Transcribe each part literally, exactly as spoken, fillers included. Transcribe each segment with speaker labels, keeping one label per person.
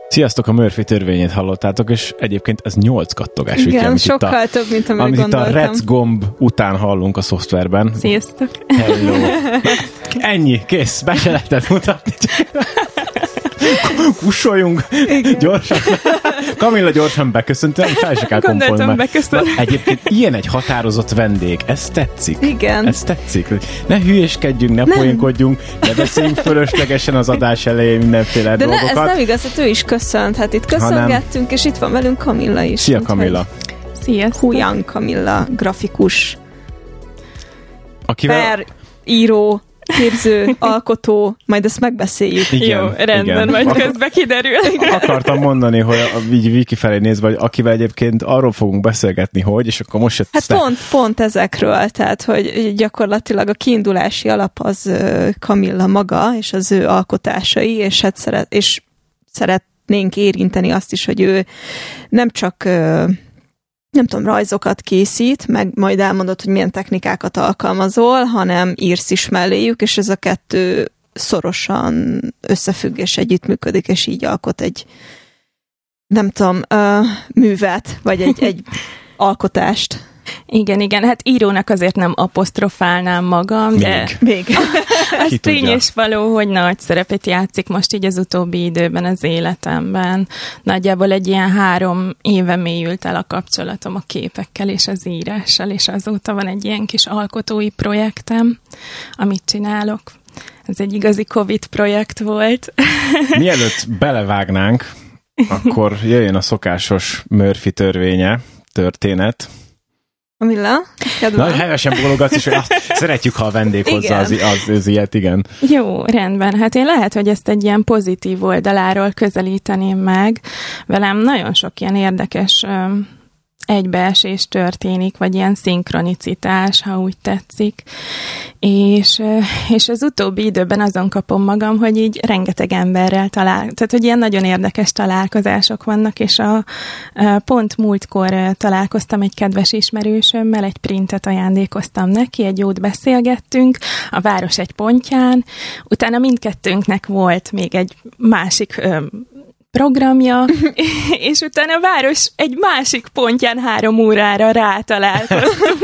Speaker 1: Sziasztok, a Murphy törvényét hallottátok, és egyébként ez nyolc kattogás.
Speaker 2: Igen, sokkal a, több, mint amit
Speaker 1: amit
Speaker 2: gondoltam.
Speaker 1: Amit a rec gomb után hallunk a szoftverben.
Speaker 3: Sziasztok.
Speaker 1: Hello. Ennyi, kész, be se lehetett mutatni. Kussoljunk gyorsan. Kamilla gyorsan beköszöntem, fel se kell kompolni. Egyébként ilyen egy határozott vendég, ez tetszik.
Speaker 2: Igen.
Speaker 1: Ez tetszik. Ne hülyéskedjünk, ne poénkodjunk, ne beszéljünk fölöslegesen az adás elején mindenféle
Speaker 2: de
Speaker 1: dolgokat.
Speaker 2: De ez nem igaz, hogy ő is köszönt. Hát itt köszöngettünk, és itt van velünk Kamilla is.
Speaker 1: Szia, Kamilla.
Speaker 3: Sziasztok.
Speaker 2: Hujan Kamilla, grafikus.
Speaker 1: Akivel...
Speaker 2: Per író, képző, alkotó, majd ezt megbeszéljük.
Speaker 3: Igen, jó, rendben, igen. Majd Ak- közben kiderül.
Speaker 1: Akartam mondani, hogy így Viki felé nézve, hogy akivel egyébként arról fogunk beszélgetni, hogy, és akkor most...
Speaker 2: Hát te... pont, pont ezekről, tehát, hogy gyakorlatilag a kiindulási alap az Kamilla maga, és az ő alkotásai, és hát szeret, és szeretnénk érinteni azt is, hogy ő nem csak... nem tudom, rajzokat készít, meg majd elmondod, hogy milyen technikákat alkalmazol, hanem írsz is melléjük, és ez a kettő szorosan összefügg és együttműködik, és így alkot egy, nem tudom, uh, művet, vagy egy, egy alkotást.
Speaker 3: Igen, igen, hát írónak azért nem apostrofálnám magam,
Speaker 1: még.
Speaker 3: de
Speaker 2: még.
Speaker 3: Az tény és való, hogy nagy szerepet játszik most így az utóbbi időben az életemben. Nagyjából egy ilyen három éve mélyült el a kapcsolatom a képekkel és az írással, és azóta van egy ilyen kis alkotói projektem, amit csinálok. Ez egy igazi Covid projekt volt.
Speaker 1: Mielőtt belevágnánk, akkor jöjjön a szokásos Murphy törvénye, történet.
Speaker 2: Kamilla,
Speaker 1: Na, hevesen bólogatsz, és hogy azt szeretjük, ha a vendég hozzá az, az, az ilyet, igen.
Speaker 3: Jó, rendben. Hát én lehet, hogy ezt egy ilyen pozitív oldaláról közelíteném meg. Velem nagyon sok ilyen érdekes um, egybeesés történik, vagy ilyen szinkronicitás, ha úgy tetszik. És, és az utóbbi időben azon kapom magam, hogy így rengeteg emberrel talál, tehát hogy ilyen nagyon érdekes találkozások vannak, és a, a pont múltkor találkoztam egy kedves ismerősömmel, egy printet ajándékoztam neki, egy jót beszélgettünk a város egy pontján, utána mindkettőnknek volt még egy másik programja, és utána a város egy másik pontján három órára rátalálkoztunk.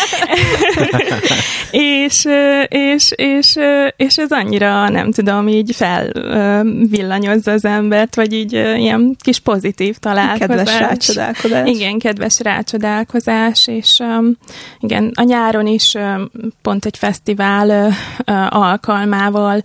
Speaker 3: és, és, és, és ez annyira, nem tudom, így felvillanyozza az embert, vagy így ilyen kis pozitív találkozás.
Speaker 2: Kedves rácsodálkozás.
Speaker 3: Igen, kedves rácsodálkozás, és igen, a nyáron is pont egy fesztivál alkalmával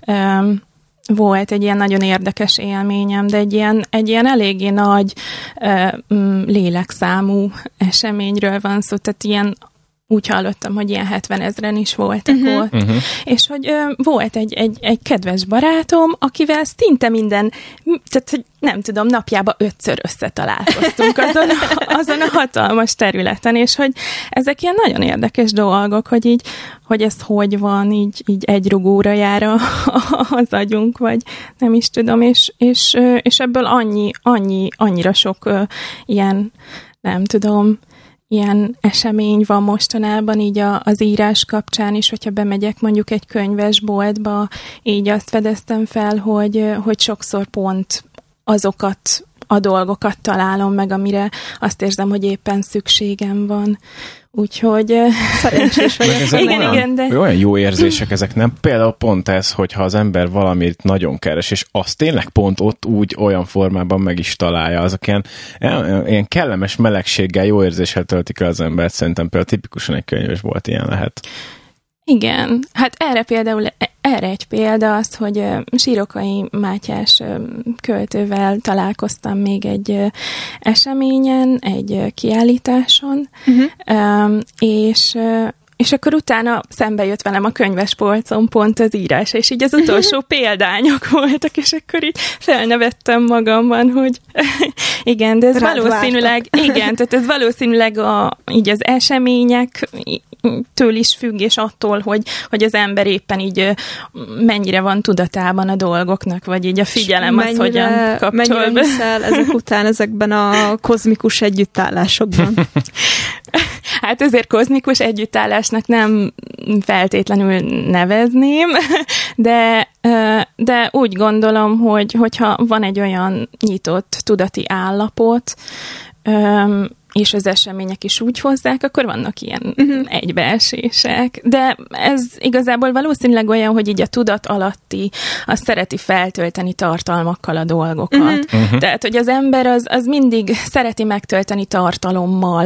Speaker 3: volt egy ilyen nagyon érdekes élményem, de egy ilyen, egy ilyen eléggé nagy uh, lélekszámú eseményről van szó, tehát ilyen úgy hallottam, hogy ilyen hetvenezren is voltak uh-huh. ott. Uh-huh. És hogy ö, volt egy, egy, egy kedves barátom, akivel szinte minden, tehát hogy nem tudom, napjában ötször összetalálkoztunk azon, azon a hatalmas területen, és hogy ezek ilyen nagyon érdekes dolgok, hogy így, hogy ez hogy van, így, így egy rugóra jár a, az agyunk, vagy nem is tudom, és, és, és ebből annyi, annyi, annyira sok ö, ilyen, nem tudom, ilyen esemény van mostanában így a, az írás kapcsán is, hogyha bemegyek mondjuk egy könyvesboltba, így azt fedeztem fel, hogy, hogy sokszor pont azokat a dolgokat találom meg, amire azt érzem, hogy éppen szükségem van. Úgyhogy szerencsés vagyok. Igen,
Speaker 1: olyan,
Speaker 3: igen, de...
Speaker 1: olyan jó érzések ezek, nem? Például pont ez, hogyha az ember valamit nagyon keres, és azt tényleg pont ott úgy olyan formában meg is találja, azok ilyen, ilyen kellemes melegséggel, jó érzéssel töltik el az embert, szerintem például tipikusan egy könyves volt ilyen lehet.
Speaker 3: Igen, hát erre például, erre egy példa az, hogy Sírokai Mátyás költővel találkoztam még egy eseményen, egy kiállításon, uh-huh. és és akkor utána szembe jött velem a könyvespolcon pont az írás, és így az utolsó példányok voltak, és akkor így felnevettem magamban, hogy igen, de ez Rád valószínűleg, vártak. igen, tehát ez valószínűleg a, így az események től is függ, és attól, hogy, hogy az ember éppen így mennyire van tudatában a dolgoknak, vagy így a figyelem mennyire, az hogyan kapcsol
Speaker 2: mennyire
Speaker 3: be.
Speaker 2: hiszel ezek után ezekben a kozmikus együttállásokban?
Speaker 3: Hát ezért kozmikus együttállásnak nem feltétlenül nevezném, de, de úgy gondolom, hogy hogyha van egy olyan nyitott tudati állapot, és az események is úgy hozzák, akkor vannak ilyen uh-huh. egybeesések. De ez igazából valószínűleg olyan, hogy így a tudat alatti azt szereti feltölteni tartalmakkal a dolgokat. Uh-huh. Uh-huh. Tehát, hogy az ember az, az mindig szereti megtölteni tartalommal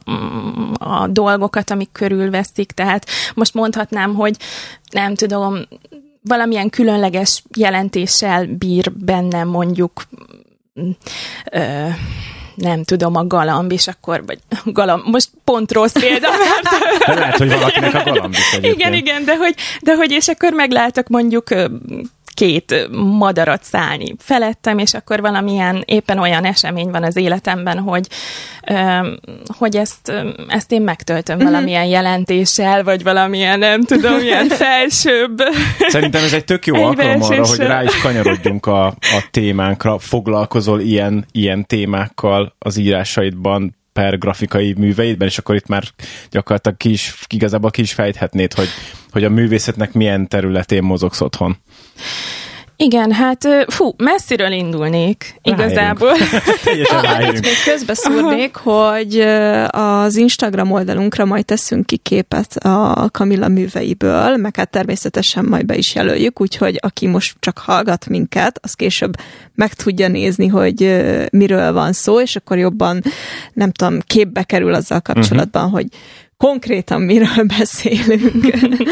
Speaker 3: a dolgokat, amik körülveszik. Tehát most mondhatnám, hogy nem tudom, valamilyen különleges jelentéssel bír bennem mondjuk ö, nem tudom, a galamb, és akkor, vagy galamb, most pont rossz példa, mert...
Speaker 1: De lehet, hogy valakinek a galamb is egyébként.
Speaker 3: Igen, igen, de hogy, de hogy és akkor meglátok mondjuk két madarat szállni felettem, és akkor valamilyen éppen olyan esemény van az életemben, hogy, hogy ezt, ezt én megtöltöm uh-huh. valamilyen jelentéssel, vagy valamilyen, nem tudom, ilyen felsőbb.
Speaker 1: Szerintem ez egy tök jó alkalom arra, hogy rá is kanyarodjunk a, a témánkra. Foglalkozol ilyen, ilyen témákkal az írásaidban, per grafikai műveidben, és akkor itt már gyakorlatilag ki is, igazából ki is fejthetnéd, hogy, hogy a művészetnek milyen területén mozogsz otthon.
Speaker 3: Igen, hát fú, messziről indulnék igazából.
Speaker 1: Teljesen ráérünk.
Speaker 2: Még közbeszúrnék, hogy az Instagram oldalunkra majd teszünk ki képet a Kamilla műveiből, meg hát természetesen majd be is jelöljük, úgyhogy aki most csak hallgat minket, az később meg tudja nézni, hogy miről van szó, és akkor jobban, nem tudom, képbe kerül azzal kapcsolatban, uh-huh. hogy konkrétan miről beszélünk.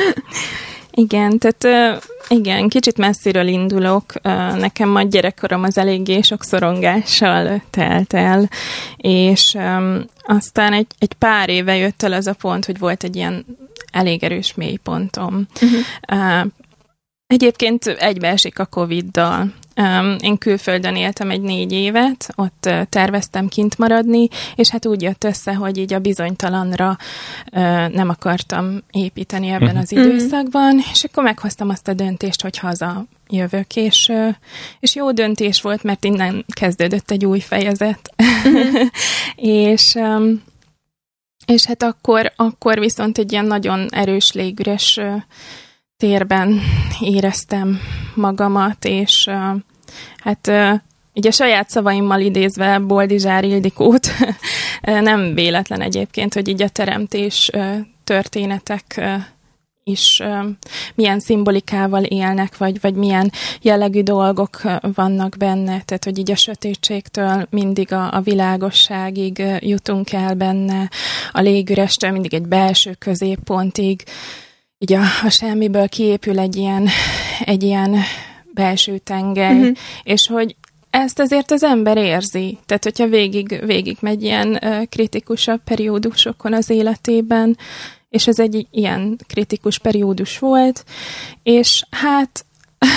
Speaker 3: Igen, tehát igen, kicsit messziről indulok. Nekem a gyerekkorom az eléggé sok szorongással telt el, és um, aztán egy, egy pár éve jött el az a pont, hogy volt egy ilyen elég erős mélypontom. Uh-huh. Uh, egyébként egybeesik a Coviddal. Um, én külföldön éltem egy négy évet, ott uh, terveztem kint maradni, és hát úgy jött össze, hogy így a bizonytalanra uh, nem akartam építeni ebben uh-huh. az időszakban, és akkor meghoztam azt a döntést, hogy haza jövök, és, uh, és jó döntés volt, mert innen kezdődött egy új fejezet. Uh-huh. és, um, és hát akkor, akkor viszont egy ilyen nagyon erős légüres uh, térben éreztem magamat, és uh, hát uh, így a saját szavaimmal idézve Boldizsár Ildikót, nem véletlen egyébként, hogy így a teremtés uh, történetek uh, is uh, milyen szimbolikával élnek, vagy, vagy milyen jellegű dolgok uh, vannak benne, tehát hogy így a sötétségtől mindig a, a világosságig uh, jutunk el benne, a légürestől mindig egy belső középpontig, így a, a semmiből kiépül egy ilyen, egy ilyen belső tengely, uh-huh. és hogy ezt azért az ember érzi. Tehát, hogyha végig, végig megy ilyen uh, kritikusabb periódusokon az életében, és ez egy ilyen kritikus periódus volt, és hát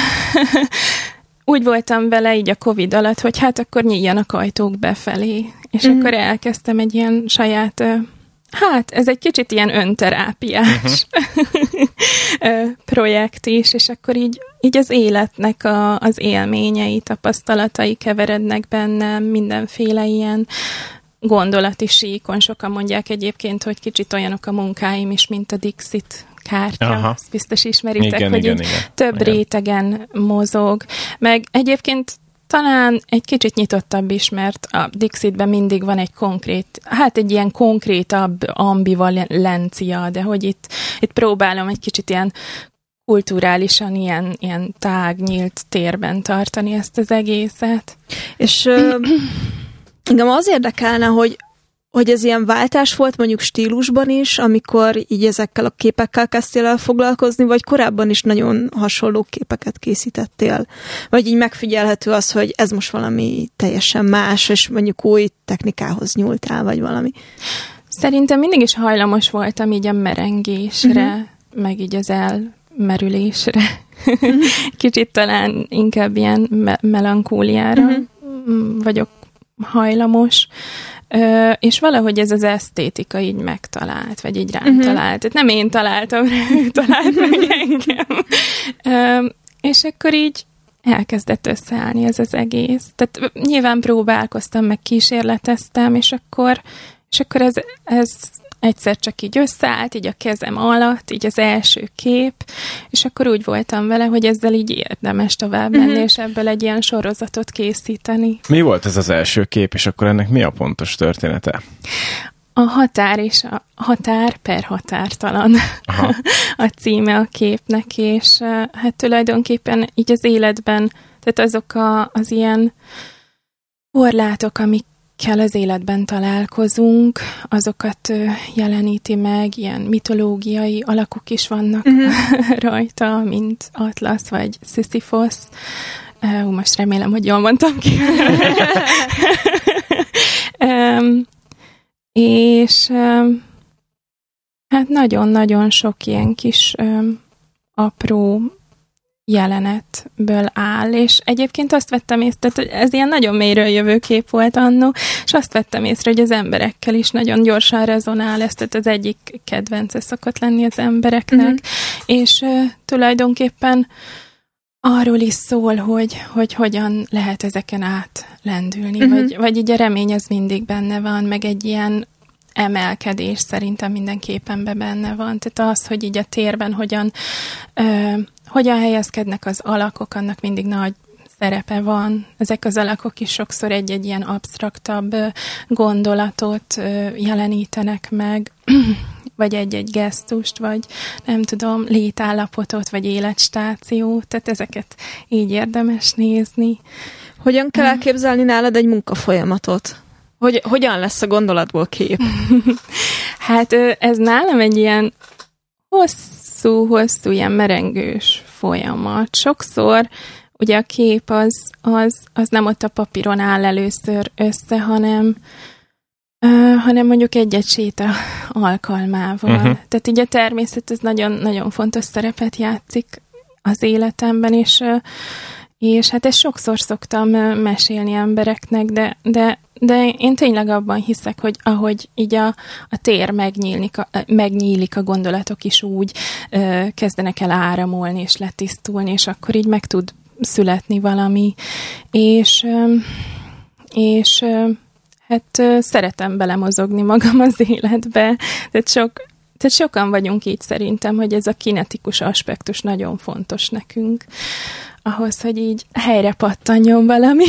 Speaker 3: úgy voltam vele így a Covid alatt, hogy hát akkor nyíljanak ajtók befelé, és uh-huh. akkor elkezdtem egy ilyen saját... Uh, Hát, ez egy kicsit ilyen önterápiás uh-huh. projekt is, és akkor így, így az életnek a, az élményei, tapasztalatai keverednek bennem, mindenféle ilyen gondolati síkon. Sokan mondják egyébként, hogy kicsit olyanok a munkáim is, mint a Dixit kártya. Aha. Ezt biztos ismeritek,
Speaker 1: igen,
Speaker 3: hogy
Speaker 1: igen,
Speaker 3: így
Speaker 1: igen.
Speaker 3: több igen. rétegen mozog. Meg egyébként talán egy kicsit nyitottabb is, mert a Dixitben mindig van egy konkrét, hát egy ilyen konkrétabb ambivalencia, de hogy itt, itt próbálom egy kicsit ilyen kulturálisan, ilyen, ilyen tág, nyílt térben tartani ezt az egészet.
Speaker 2: És uh, engem az érdekelne, hogy hogy ez ilyen váltás volt mondjuk stílusban is, amikor így ezekkel a képekkel kezdtél el foglalkozni, vagy korábban is nagyon hasonló képeket készítettél? Vagy így megfigyelhető az, hogy ez most valami teljesen más, és mondjuk új technikához nyúltál, vagy valami?
Speaker 3: Szerintem mindig is hajlamos voltam így a merengésre, uh-huh. meg így az elmerülésre. Uh-huh. Kicsit talán inkább ilyen me- melankóliára uh-huh. vagyok hajlamos. Ö, és valahogy ez az esztétika így megtalált, vagy így rám uh-huh. talált. Tehát nem én találtam rá, ő talált meg engem. Ö, és akkor így elkezdett összeállni ez az egész. Tehát nyilván próbálkoztam, meg kísérleteztem, és akkor, és akkor ez, ez egyszer csak így összeállt, így a kezem alatt, így az első kép, és akkor úgy voltam vele, hogy ezzel így érdemes tovább menni, uh-huh. és ebből egy ilyen sorozatot készíteni.
Speaker 1: Mi volt ez az első kép, és akkor ennek mi a pontos története?
Speaker 3: A határ és a határ per határtalan a címe a képnek, és hát tulajdonképpen így az életben, tehát azok a, az ilyen korlátok, amikkel az életben találkozunk, azokat jeleníti meg, ilyen mitológiai alakok is vannak uh-huh. rajta, mint Atlasz vagy Sisyphosz. Uh, most remélem, hogy jól mondtam ki. um, és um, hát nagyon-nagyon sok ilyen kis um, apró jelenetből áll, és egyébként azt vettem észre, hogy ez ilyen nagyon mélyről jövő kép volt annó, és azt vettem észre, hogy az emberekkel is nagyon gyorsan rezonál ez, tehát az egyik kedvence szokott lenni az embereknek, uh-huh. és uh, tulajdonképpen arról is szól, hogy, hogy hogyan lehet ezeken átlendülni, uh-huh. vagy, vagy így a remény az mindig benne van, meg egy ilyen emelkedés szerintem mindenképpen benne van. Tehát az, hogy így a térben hogyan, ö, hogyan helyezkednek az alakok, annak mindig nagy szerepe van. Ezek az alakok is sokszor egy-egy ilyen absztraktabb gondolatot ö, jelenítenek meg, vagy egy-egy gesztust, vagy nem tudom, létállapotot, vagy életstációt, tehát ezeket így érdemes nézni.
Speaker 2: Hogyan kell elképzelni nálad egy munkafolyamatot? Hogy, hogyan lesz a gondolatból kép?
Speaker 3: Hát ez nálam egy ilyen hosszú-hosszú, ilyen merengős folyamat. Sokszor ugye a kép az, az, az nem ott a papíron áll először össze, hanem Uh, hanem mondjuk egy-egy séta alkalmával. Uh-huh. Tehát így a természet ez nagyon-nagyon fontos szerepet játszik az életemben, és, és hát ezt sokszor szoktam mesélni embereknek, de, de, de én tényleg abban hiszek, hogy ahogy így a, a tér megnyílik a, megnyílik, a gondolatok is úgy uh, kezdenek el áramolni és letisztulni, és akkor így meg tud születni valami. És, um, és hát szeretem belemozogni magam az életbe, tehát, sok, tehát sokan vagyunk így szerintem, hogy ez a kinetikus aspektus nagyon fontos nekünk, ahhoz, hogy így helyre pattanjon valami.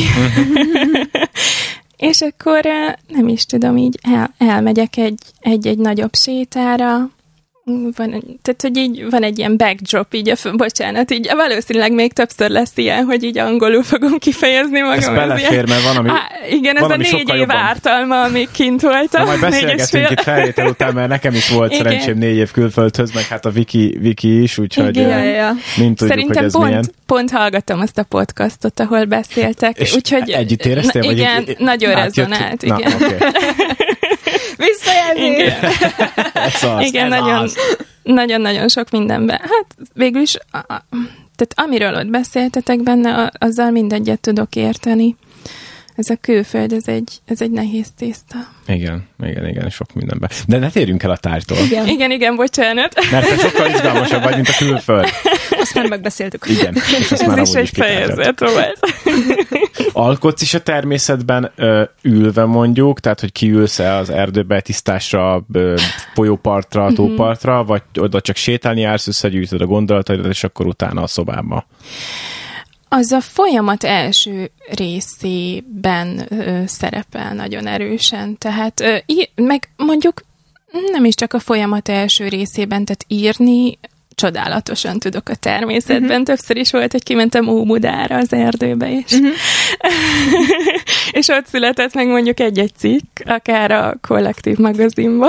Speaker 3: És akkor nem is tudom, így el, elmegyek egy, egy-egy nagyobb sétára, van, tehát, hogy így van egy ilyen backdrop, így a, bocsánat, így valószínűleg még többször lesz ilyen, hogy így angolul fogom kifejezni magam.
Speaker 1: Ez belefér, mert van, ami
Speaker 3: Há, igen, ez a négy év jobban. Ártalma, amíg kint voltam.
Speaker 1: Na, majd beszélgetünk itt felvétel után, mert nekem is volt igen. szerencsém négy év külföldhöz, meg hát a Viki, Viki is, úgyhogy
Speaker 3: ja, ja.
Speaker 1: mind tudjuk,
Speaker 3: szerintem
Speaker 1: hogy ez
Speaker 3: pont,
Speaker 1: milyen.
Speaker 3: Pont hallgattam azt a podcastot, ahol beszéltek.
Speaker 1: És
Speaker 3: úgyhogy,
Speaker 1: együtt éreztél?
Speaker 3: Na, igen,
Speaker 1: vagy
Speaker 3: nagyon rezonált. Igen.
Speaker 1: Na, okay.
Speaker 2: Visszajelzés!
Speaker 3: Igen,
Speaker 1: az,
Speaker 3: igen nagyon, nagyon-nagyon sok mindenben. Hát végül is, a, a, tehát amiről ott beszéltetek benne, a, azzal mindegyet tudok érteni. Ez a külföld, ez egy, ez egy nehéz tészta.
Speaker 1: Igen, igen, igen, sok mindenben. De ne térjünk el a tárgytól.
Speaker 3: Igen, igen, igen bocsánat.
Speaker 1: Mert te sokkal izgalmasabb vagy, mint a külföld.
Speaker 2: Azt már megbeszéltük.
Speaker 1: Igen, és azt
Speaker 3: ez
Speaker 1: már
Speaker 3: is egy fejezet volt.
Speaker 1: Alkotsz is a természetben ö, ülve mondjuk, tehát hogy kiülsz-e az erdőbe tisztásra, ö, folyópartra, tópartra, mm-hmm. vagy oda csak sétálni jársz, összegyűjtöd a gondolataidat, és akkor utána a szobába?
Speaker 3: Az a folyamat első részében ö, szerepel nagyon erősen, tehát ö, í- meg mondjuk nem is csak a folyamat első részében, tehát írni csodálatosan tudok a természetben. Uh-huh. Többször is volt, hogy kimentem Óbudára az erdőbe is. Uh-huh. És ott született meg mondjuk egy-egy cikk, akár a Kollektív magazinba.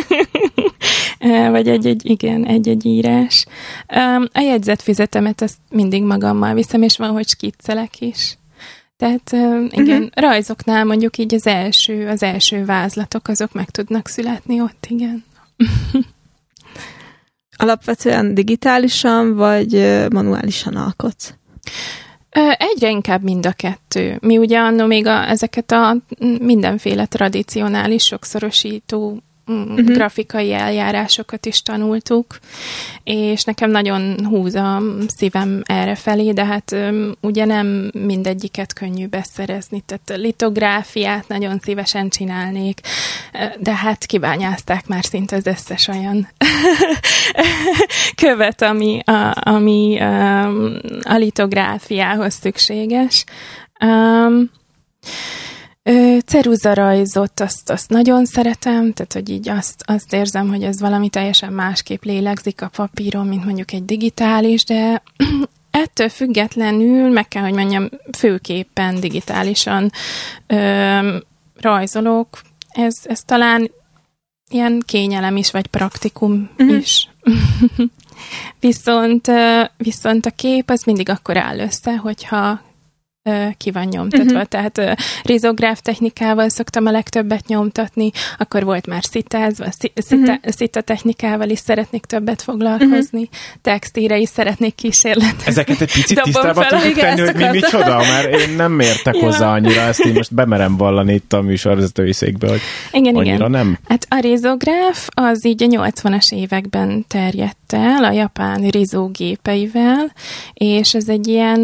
Speaker 3: Vagy egy-egy, igen, egy-egy írás. A jegyzetfüzetemet azt mindig magammal viszem, és van, hogy skiccelek is. Tehát igen, uh-huh. rajzoknál mondjuk így az első, az első vázlatok, azok meg tudnak születni ott, igen.
Speaker 2: Alapvetően digitálisan, vagy manuálisan alkotsz?
Speaker 3: Egyre inkább mind a kettő. Mi ugye annó még a, ezeket a mindenféle tradicionális sokszorosító uh-huh. grafikai eljárásokat is tanultuk, és nekem nagyon húz a szívem errefelé, de hát um, ugye nem mindegyiket könnyű beszerezni, tehát litográfiát nagyon szívesen csinálnék, de hát kibányázták már szinte az összes olyan követ, ami, a, ami um, a litográfiához szükséges. Um, Ceruzarajzot, azt, azt nagyon szeretem, tehát hogy így azt, azt érzem, hogy ez valami teljesen másképp lélegzik a papíron, mint mondjuk egy digitális, de ettől függetlenül, meg kell, hogy mondjam, főképpen digitálisan ö, rajzolok. Ez, ez talán ilyen kényelem is, vagy praktikum mm-hmm. is. viszont, viszont a kép az mindig akkor áll össze, hogyha ki van nyomtatva. Uh-huh. Tehát uh, rizográf technikával szoktam a legtöbbet nyomtatni, akkor volt már szitázva, szita, uh-huh. szita technikával is szeretnék többet foglalkozni, uh-huh. textíre is szeretnék kísérletezni.
Speaker 1: Ezeket egy picit tisztába tudjuk tenni, hogy mi micsoda, mert én nem értek ja. hozzá annyira, ezt én most bemerem vallani itt a műsorvezetői székbe, hogy igen, annyira igen. nem.
Speaker 3: Hát a rizográf az így a nyolcvanas években terjedt el a japán rizógépeivel, és ez egy ilyen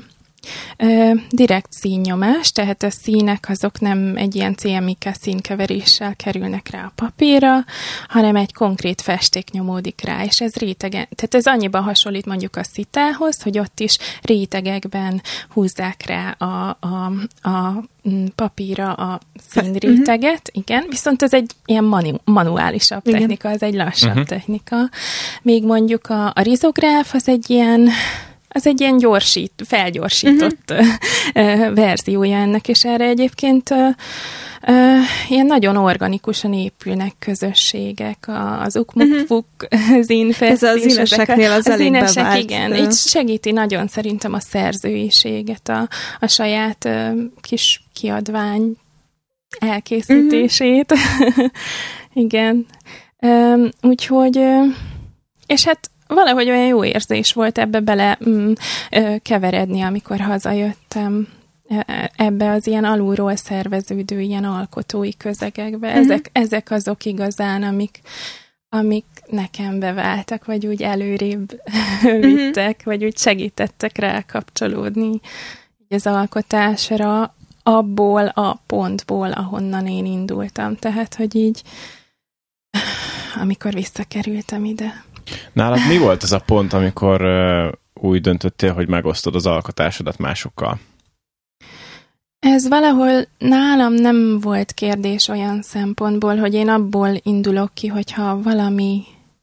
Speaker 3: Ö, direkt színnyomás, tehát a színek azok nem egy ilyen cé em i ká színkeveréssel kerülnek rá a papírra, hanem egy konkrét festék nyomódik rá, és ez rétegen, tehát ez annyiban hasonlít mondjuk a szitához, hogy ott is rétegekben húzzák rá a, a, a papírra a színréteget, uh-huh. igen, viszont ez egy ilyen manu, manuálisabb igen. technika, ez egy lassabb uh-huh. technika. Még mondjuk a, a rizográf az egy ilyen az egy ilyen gyorsít, felgyorsított uh-huh. verziója ennek, és erre egyébként uh, uh, ilyen nagyon organikusan épülnek közösségek, az ukmukvuk, uh-huh. zínfesztis.
Speaker 2: Ez az zíneseknél az, az elég
Speaker 3: zínesek,
Speaker 2: bevált.
Speaker 3: igen. Így segíti nagyon szerintem a szerzőiséget, a, a saját uh, kis kiadvány elkészítését. Uh-huh. igen. Um, úgyhogy, uh, és hát valahogy olyan jó érzés volt ebbe bele mm, ö, keveredni, amikor hazajöttem ebbe az ilyen alulról szerveződő, ilyen alkotói közegekbe. Mm-hmm. Ezek, ezek azok igazán, amik, amik nekem beváltak, vagy úgy előrébb mm-hmm. vittek, vagy úgy segítettek rá kapcsolódni az alkotásra abból a pontból, ahonnan én indultam. Tehát, hogy így amikor visszakerültem ide.
Speaker 1: Nálad mi volt az a pont, amikor uh, úgy döntöttél, hogy megosztod az alkotásodat másokkal?
Speaker 3: Ez valahol nálam nem volt kérdés olyan szempontból, hogy én abból indulok ki, hogyha valami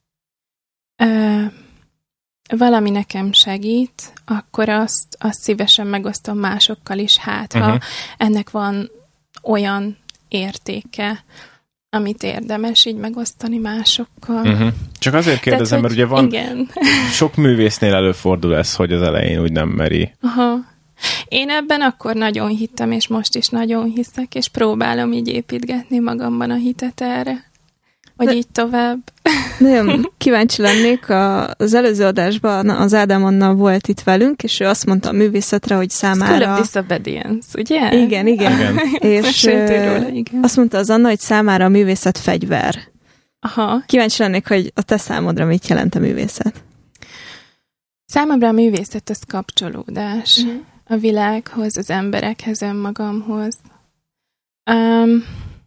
Speaker 3: uh, valami nekem segít, akkor azt, azt szívesen megosztom másokkal is, hát ha uh-huh. ennek van olyan értéke, amit érdemes így megosztani másokkal.
Speaker 1: Uh-huh. Csak azért kérdezem, tehát, mert ugye van
Speaker 3: igen.
Speaker 1: sok művésznél előfordul ez, hogy az elején úgy nem meri.
Speaker 3: Aha. Én ebben akkor nagyon hittem, és most is nagyon hiszek, és próbálom így építgetni magamban a hitet erre. Vagy De, így tovább.
Speaker 2: Nagyon kíváncsi lennék, a, az előző adásban az Ádám Anna volt itt velünk, és ő azt mondta a művészetre, hogy számára...
Speaker 3: School of Disobedience, ugye?
Speaker 2: Igen, igen. igen. És róla, igen. Azt mondta az Anna, hogy számára a művészet fegyver.
Speaker 3: Aha.
Speaker 2: Kíváncsi lennék, hogy a te számodra mit jelent a művészet?
Speaker 3: Számomra a művészet az kapcsolódás uh-huh. a világhoz, az emberekhez, önmagamhoz. Um,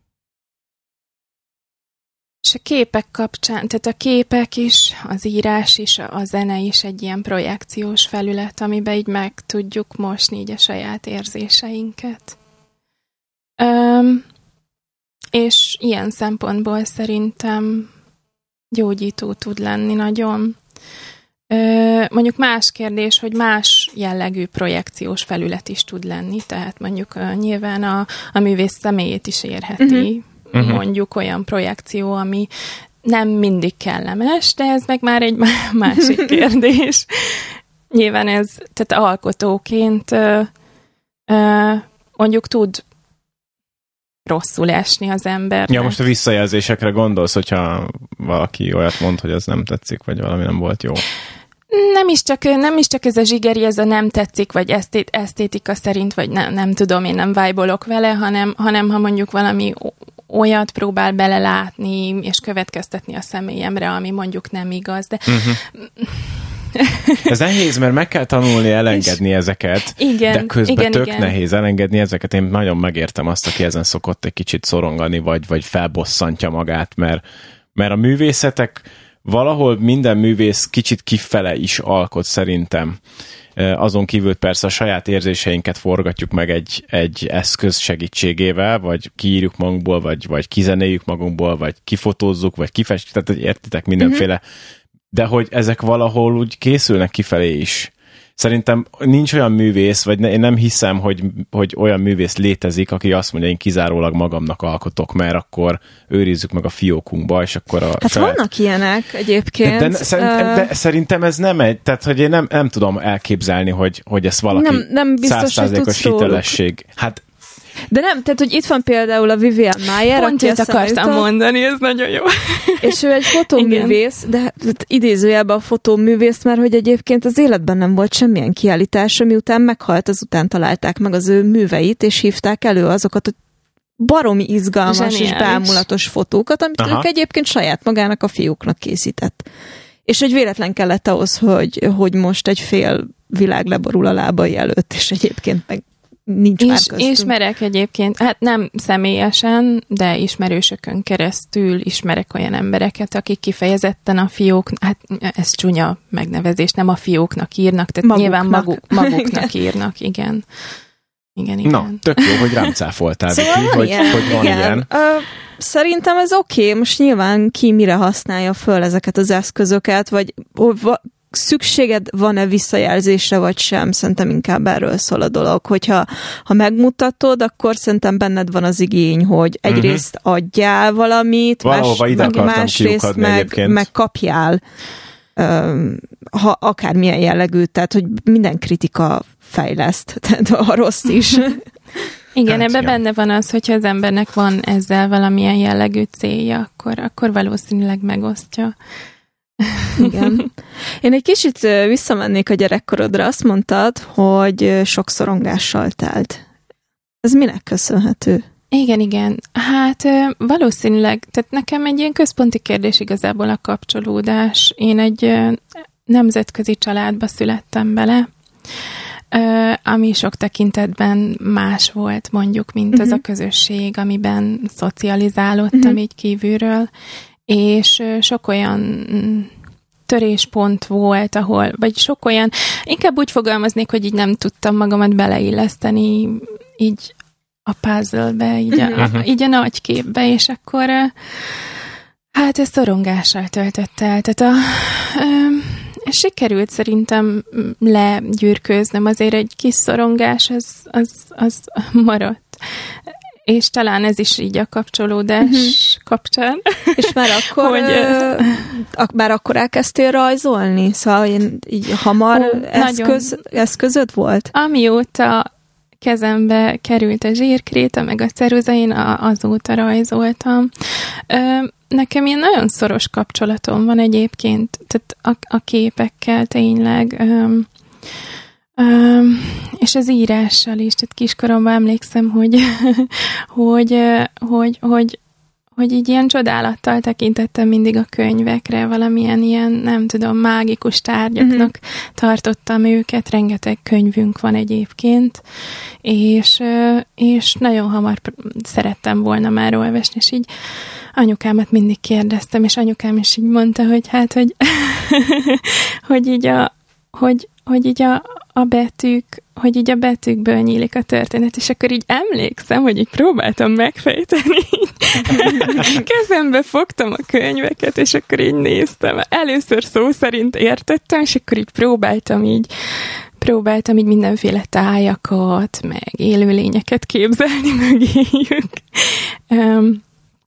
Speaker 3: És a képek kapcsán, tehát a képek is, az írás is, a zene is egy ilyen projekciós felület, amiben így meg tudjuk mosni így a saját érzéseinket. Öm, és ilyen szempontból szerintem gyógyító tud lenni nagyon. Ö, mondjuk más kérdés, hogy más jellegű projekciós felület is tud lenni, tehát mondjuk uh, nyilván a, a művész személyét is érheti, uh-huh. Uh-huh. mondjuk olyan projekció, ami nem mindig kellemes, de ez meg már egy másik kérdés. Nyilván ez, tehát alkotóként ö, ö, mondjuk tud rosszul esni az embernek.
Speaker 1: Ja, most a visszajelzésekre gondolsz, hogyha valaki olyat mond, hogy az nem tetszik, vagy valami nem volt jó.
Speaker 3: Nem is csak, nem is csak ez a zsigeri, ez a nem tetszik, vagy esztét, esztétika szerint, vagy nem, nem tudom, én nem vibe-olok vele, hanem, hanem ha mondjuk valami olyat próbál belelátni, és következtetni a személyemre, ami mondjuk nem igaz, de...
Speaker 1: Uh-huh. Ez nehéz, mert meg kell tanulni elengedni ezeket,
Speaker 3: igen,
Speaker 1: de közben
Speaker 3: igen,
Speaker 1: tök
Speaker 3: igen.
Speaker 1: nehéz elengedni ezeket. Én nagyon megértem azt, aki ezen szokott egy kicsit szorongani, vagy, vagy felbosszantja magát, mert, mert a művészetek valahol minden művész kicsit kifele is alkot szerintem. Azon kívül persze a saját érzéseinket forgatjuk meg egy, egy eszköz segítségével, vagy kiírjuk magunkból, vagy, vagy kizenéljük magunkból, vagy kifotózzuk, vagy kifestjük, tehát értitek mindenféle, uh-huh. de hogy ezek valahol úgy készülnek kifelé is. Szerintem nincs olyan művész, vagy ne, én nem hiszem, hogy, hogy olyan művész létezik, aki azt mondja, én kizárólag magamnak alkotok, mert akkor őrizzük meg a fiókunkba, és akkor a...
Speaker 2: Hát
Speaker 1: saját...
Speaker 2: vannak ilyenek egyébként.
Speaker 1: De, de, szerintem,
Speaker 2: uh...
Speaker 1: de szerintem ez nem egy, tehát hogy én nem, nem tudom elképzelni, hogy, hogy ez valaki
Speaker 2: nem, nem biztos, hogy tudsz
Speaker 1: hitelesség. Hát
Speaker 2: de nem, tehát, hogy itt van például a Vivian Maier,
Speaker 3: Pont
Speaker 2: aki
Speaker 3: akartam jutott, mondani, ez nagyon jó.
Speaker 2: És ő egy fotóművész, de hát idézőjelben a fotóművész, mert hogy egyébként az életben nem volt semmilyen kiállítása, miután meghalt, azután találták meg az ő műveit, és hívták elő azokat a baromi izgalmas Zseniális. És bámulatos fotókat, amit Aha. ők egyébként saját magának a fiúknak készített. És egy véletlen kellett ahhoz, hogy, hogy most egy fél világ leborul a lábai előtt, és egyébként meg nincs már köztünk.
Speaker 3: Ismerek egyébként, hát nem személyesen, de ismerősökön keresztül ismerek olyan embereket, akik kifejezetten a fiók, hát ez csúnya megnevezés, nem a fióknak írnak, tehát maguknak. Nyilván maguk, maguknak írnak, igen. Igen, igen.
Speaker 1: Na, tök jó, hogy rám cáfoltál,
Speaker 2: szóval
Speaker 1: Viki, hogy, hogy van igen. ilyen.
Speaker 2: Uh, szerintem ez oké, okay. Most nyilván ki mire használja föl ezeket az eszközöket, vagy szükséged van-e visszajelzésre, vagy sem, szerintem inkább erről szól a dolog, hogyha ha megmutatod, akkor szerintem benned van az igény, hogy egyrészt uh-huh. adjál valamit,
Speaker 1: valahova más, meg
Speaker 2: másrészt meg, meg kapjál um, ha akármilyen jellegű, tehát hogy minden kritika fejleszt, tehát a rossz is.
Speaker 3: Igen, hát, ebben ja. benne van az, hogyha az embernek van ezzel valamilyen jellegű célja, akkor, akkor valószínűleg megosztja.
Speaker 2: Igen. Én egy kicsit visszamennék a gyerekkorodra. Azt mondtad, hogy sok szorongással telt. Ez minek köszönhető?
Speaker 3: Igen, igen. Hát valószínűleg, tehát nekem egy ilyen központi kérdés igazából a kapcsolódás. Én egy nemzetközi családba születtem bele, ami sok tekintetben más volt mondjuk, mint uh-huh. az a közösség, amiben szocializálódtam uh-huh. így kívülről. És sok olyan töréspont volt, ahol, vagy sok olyan, inkább úgy fogalmaznék, hogy így nem tudtam magamat beleilleszteni így a puzzle-be, így a, uh-huh. így a nagy képbe, és akkor hát ez szorongással töltött el. Tehát a, sikerült szerintem legyűrkőznöm, azért egy kis szorongás az, az, az maradt. És talán ez is így a kapcsolódás uh-huh. kapcsán.
Speaker 2: És már akkor, hogy, ö, ak- már akkor elkezdtél rajzolni? Szóval én, így hamar ó, eszköz, eszközöd volt?
Speaker 3: Amióta kezembe került a zsírkréta, meg a ceruza, én a, azóta rajzoltam. Ö, nekem ilyen nagyon szoros kapcsolatom van egyébként, tehát a, a képekkel tényleg... Ö, Um, és az írással is, tehát kiskoromban emlékszem, hogy, hogy, hogy, hogy, hogy így ilyen csodálattal tekintettem mindig a könyvekre, valamilyen ilyen, nem tudom, mágikus tárgyaknak uh-huh. tartottam őket, rengeteg könyvünk van egyébként, és, és nagyon hamar szerettem volna már olvasni, és így anyukámat mindig kérdeztem, és anyukám is így mondta, hogy hát, hogy, hogy így a, hogy, hogy így a, a betűk, hogy így a betűkből nyílik a történet, és akkor így emlékszem, hogy így próbáltam megfejteni, kezembe fogtam a könyveket, és akkor így néztem. Először szó szerint értettem, és akkor így próbáltam így próbáltam így mindenféle tájakat, meg élőlényeket képzelni mögéjük. Um,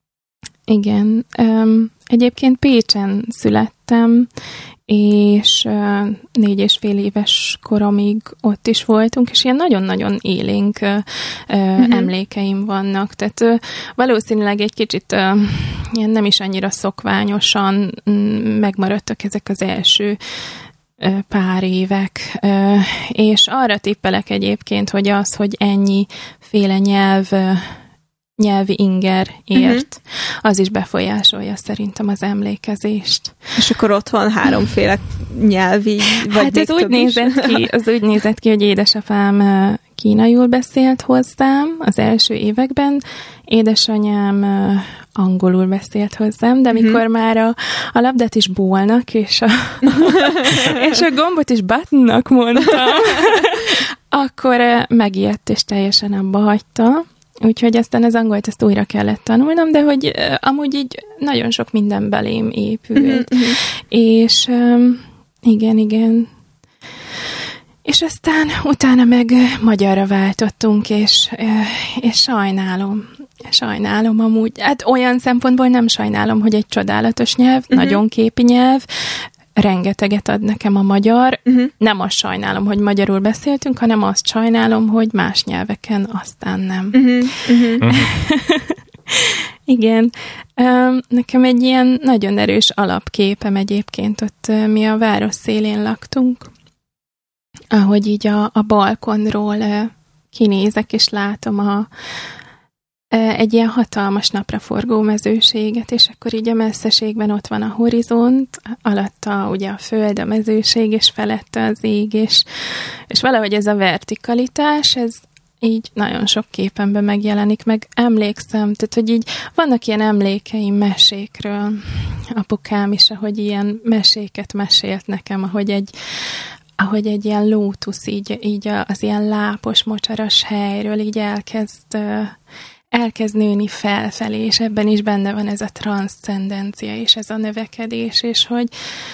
Speaker 3: igen. Um, egyébként Pécsen születtem, és uh, négy és fél éves koromig ott is voltunk, és ilyen nagyon-nagyon élénk uh, uh-huh. emlékeim vannak. Tehát uh, valószínűleg egy kicsit uh, ilyen nem is annyira szokványosan um, megmaradtak ezek az első uh, pár évek. Uh, és arra tippelek egyébként, hogy az, hogy ennyi féle nyelv uh, nyelvi inger ért, uh-huh. az is befolyásolja szerintem az emlékezést.
Speaker 2: És akkor ott van háromféle nyelvi, vagy
Speaker 3: hát ez úgy, nézett ki, az úgy nézett ki, hogy édesapám kínaiul beszélt hozzám az első években, édesanyám angolul beszélt hozzám, de mikor mm-hmm. már a, a labdát is ballnak, és a, és a gombot is buttonnak mondtam, akkor megijedt, és teljesen abba hagyta. Úgyhogy aztán az angolt ezt újra kellett tanulnom, de hogy amúgy így nagyon sok minden belém épült. Mm-hmm. És igen, igen. És aztán utána meg magyarra váltottunk, és, és sajnálom. Sajnálom amúgy. Hát olyan szempontból nem sajnálom, hogy egy csodálatos nyelv, uh-huh. nagyon képi nyelv, rengeteget ad nekem a magyar. Uh-huh. Nem azt sajnálom, hogy magyarul beszéltünk, hanem azt sajnálom, hogy más nyelveken aztán nem. Uh-huh. Uh-huh. Igen. Nekem egy ilyen nagyon erős alapképem egyébként, ott mi a város szélén laktunk, ahogy így a, a balkonról kinézek, és látom a, egy ilyen hatalmas napraforgó mezőséget, és akkor így a messzeségben ott van a horizont, alatta ugye a föld, a mezőség, és felette az ég, és, és valahogy ez a vertikalitás, ez így nagyon sok képenben megjelenik, meg emlékszem, tehát, hogy így vannak ilyen emlékeim mesékről, apukám is, ahogy ilyen meséket mesélt nekem, ahogy egy ahogy egy ilyen lótusz így, így az ilyen lápos, mocsaras helyről így elkezd, elkezd nőni felfelé, és ebben is benne van ez a transzcendencia, és ez a növekedés, és hogy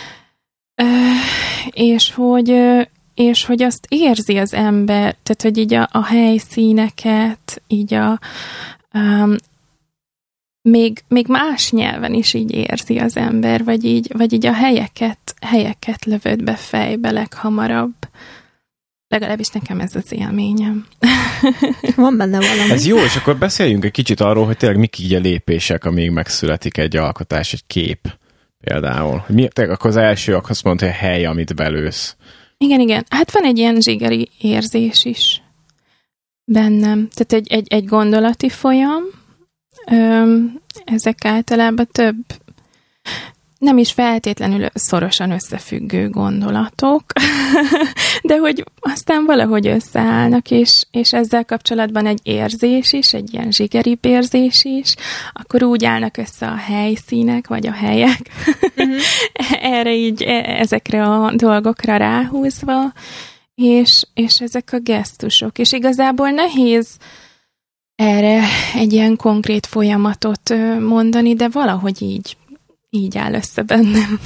Speaker 3: és hogy, és hogy azt érzi az ember, tehát hogy így a, a helyszíneket, így a um, Még, még más nyelven is így érzi az ember, vagy így, vagy így a helyeket, helyeket lövöd be fejbe leghamarabb. Legalábbis nekem ez az élményem.
Speaker 2: Van benne valami.
Speaker 1: Ez jó, és akkor beszéljünk egy kicsit arról, hogy tényleg mik így a lépések, amíg megszületik egy alkotás, egy kép például. Mi, akkor az első, akkor azt mondta, hogy a hely, amit belősz.
Speaker 3: Igen, igen. Hát van egy ilyen zsigeri érzés is bennem. Tehát egy, egy, egy gondolati folyam, Öm, ezek általában több, nem is feltétlenül szorosan összefüggő gondolatok, de hogy aztán valahogy összeállnak, és, és ezzel kapcsolatban egy érzés is, egy ilyen zsigeribb érzés is, akkor úgy állnak össze a helyszínek, vagy a helyek, uh-huh. erre így, ezekre a dolgokra ráhúzva, és, és ezek a gesztusok, és igazából nehéz erre egy ilyen konkrét folyamatot mondani, de valahogy így, így áll össze bennem.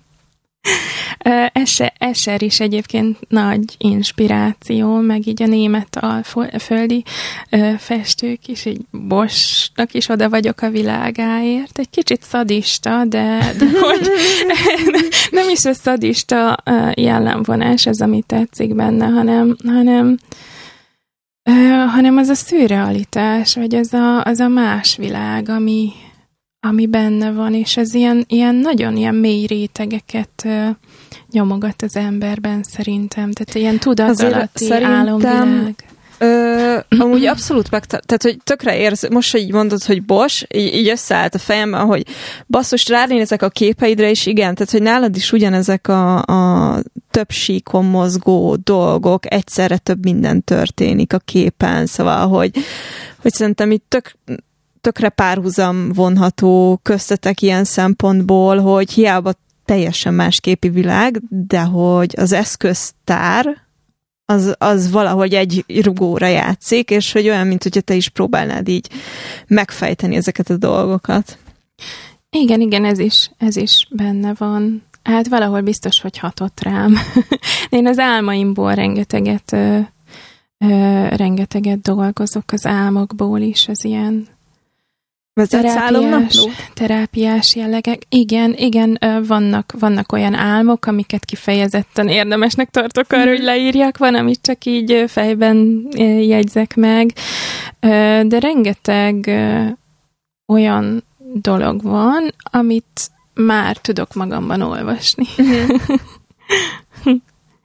Speaker 3: Eser, Eser is egyébként nagy inspiráció, meg így a német alföldi festők is, így Boschnak is oda vagyok a világáért. Egy kicsit szadista, de, de hogy nem is a szadista jellemvonás ez, ami tetszik benne, hanem, hanem Uh, hanem az a szürrealitás, vagy az a, az a más világ, ami, ami benne van, és ez ilyen, ilyen nagyon ilyen mély rétegeket uh, nyomogat az emberben szerintem. Tehát ilyen tudatalatti álomvilág.
Speaker 2: Ö, amúgy abszolút meg, tehát hogy tökre érz, most, hogy így mondod, hogy Bosch, így, így összeállt a fejemben, hogy basszus, ránézek a képeidre, és igen, tehát hogy nálad is ugyanezek a, a több síkon mozgó dolgok, egyszerre több minden történik a képen, szóval, hogy, hogy szerintem itt tök, tökre párhuzam vonható köztetek ilyen szempontból, hogy hiába teljesen más képi világ, de hogy az eszköztár Az, az valahogy egy rugóra játszik, és hogy olyan, mint hogyha te is próbálnád így megfejteni ezeket a dolgokat.
Speaker 3: Igen, igen, ez is, ez is benne van. Hát valahol biztos, hogy hatott rám. Én az álmaimból rengeteget, ö, ö, rengeteget dolgozok, az álmokból is, az ilyen terápiás, terápiás jellegek. Igen, igen, vannak, vannak olyan álmok, amiket kifejezetten érdemesnek tartok arra, hogy leírjak, van, amit csak így fejben jegyzek meg, de rengeteg olyan dolog van, amit már tudok magamban olvasni.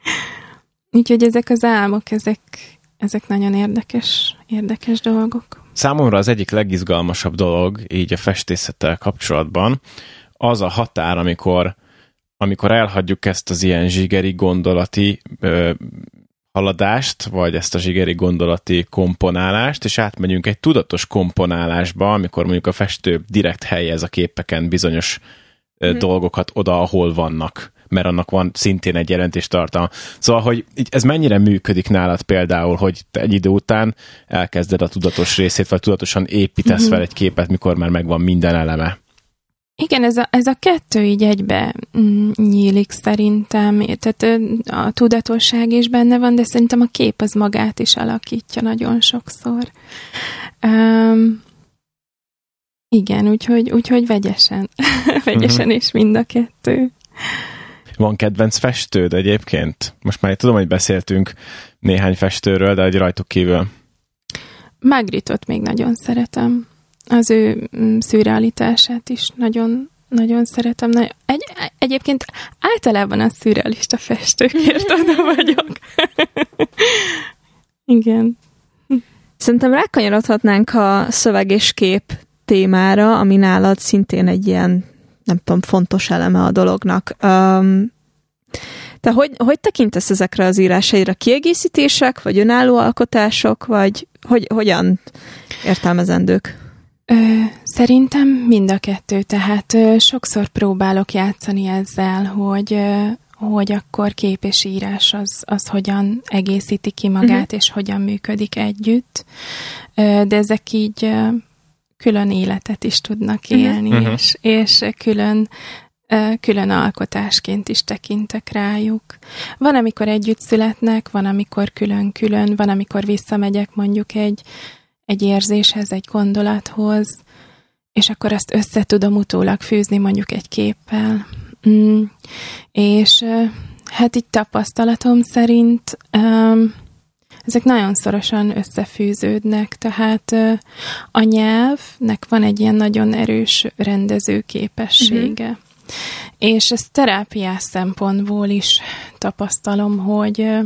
Speaker 3: Úgyhogy ezek az álmok, ezek, ezek nagyon érdekes, érdekes dolgok.
Speaker 1: számomra az egyik legizgalmasabb dolog így a festészettel kapcsolatban az a határ, amikor, amikor elhagyjuk ezt az ilyen zsigeri gondolati ö, haladást, vagy ezt a zsigeri gondolati komponálást, és átmegyünk egy tudatos komponálásba, amikor mondjuk a festő direkt helyez a képeken bizonyos ö, hmm. dolgokat oda, ahol vannak, mert annak van szintén egy jelentéstartalma. Szóval, hogy ez mennyire működik nálad például, hogy te egy idő után elkezded a tudatos részét, vagy tudatosan építesz hmm. fel egy képet, mikor már megvan minden eleme.
Speaker 3: Igen, ez a, ez a kettő így egybe nyílik szerintem, tehát a tudatosság is benne van, de szerintem a kép az magát is alakítja nagyon sokszor. Um, igen, úgyhogy, úgyhogy vegyesen, vegyesen uh-huh. és mind a kettő.
Speaker 1: Van kedvenc festőd egyébként? Most már tudom, hogy beszéltünk néhány festőről, de egy rajtuk kívül.
Speaker 3: Magritte-ot még nagyon szeretem. Az ő szürrealitását is nagyon, nagyon szeretem. Egy, egyébként általában a szürrealista festőkért oda vagyok. Igen.
Speaker 2: Szerintem rákanyarodhatnánk a szöveg és kép témára, ami nálad szintén egy ilyen, nem tudom, fontos eleme a dolognak. Um, te hogy, hogy tekintesz ezekre az írásaidra? Kiegészítések, vagy önálló alkotások, vagy hogy, hogyan értelmezendők?
Speaker 3: Ö, szerintem mind a kettő, tehát ö, sokszor próbálok játszani ezzel, hogy, ö, hogy akkor kép és írás az, az hogyan egészíti ki magát, uh-huh. és hogyan működik együtt, ö, de ezek így ö, külön életet is tudnak élni, uh-huh. és, és külön, ö, külön alkotásként is tekintek rájuk. Van, amikor együtt születnek, van, amikor külön-külön, van, amikor visszamegyek mondjuk egy egy érzéshez, egy gondolathoz, és akkor ezt össze tudom utólag fűzni mondjuk egy képpel. Mm. És hát így tapasztalatom szerint um, ezek nagyon szorosan összefűződnek, tehát uh, a nyelvnek van egy ilyen nagyon erős rendező képessége. Uh-huh. És ezt terápiás szempontból is tapasztalom, hogy uh,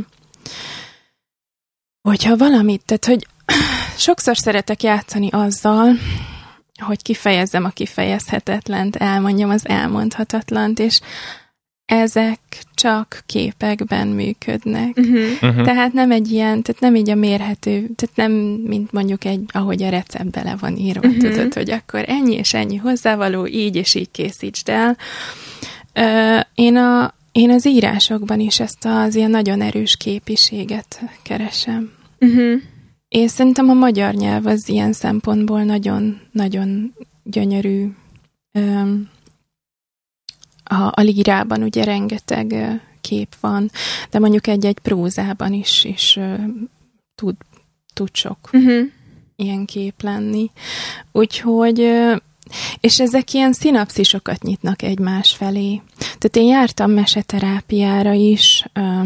Speaker 3: hogyha valamit, tehát hogy sokszor szeretek játszani azzal, hogy kifejezzem a kifejezhetetlent, elmondjam az elmondhatatlant, és ezek csak képekben működnek. Uh-huh. Uh-huh. Tehát nem egy ilyen, tehát nem így a mérhető, tehát nem, mint mondjuk egy, ahogy a recept bele van írva, uh-huh. tudod, hogy akkor ennyi és ennyi hozzávaló, így és így készítsd el. Uh, én, a, én az írásokban is ezt az ilyen nagyon erős képiséget keresem. Uh-huh. És szerintem a magyar nyelv az ilyen szempontból nagyon-nagyon gyönyörű. A, a lírában ugye rengeteg kép van, de mondjuk egy-egy prózában is, is tud, tud sok uh-huh. ilyen kép lenni. Úgyhogy, és ezek ilyen szinapszisokat nyitnak egymás felé. Tehát én jártam meseterápiára is,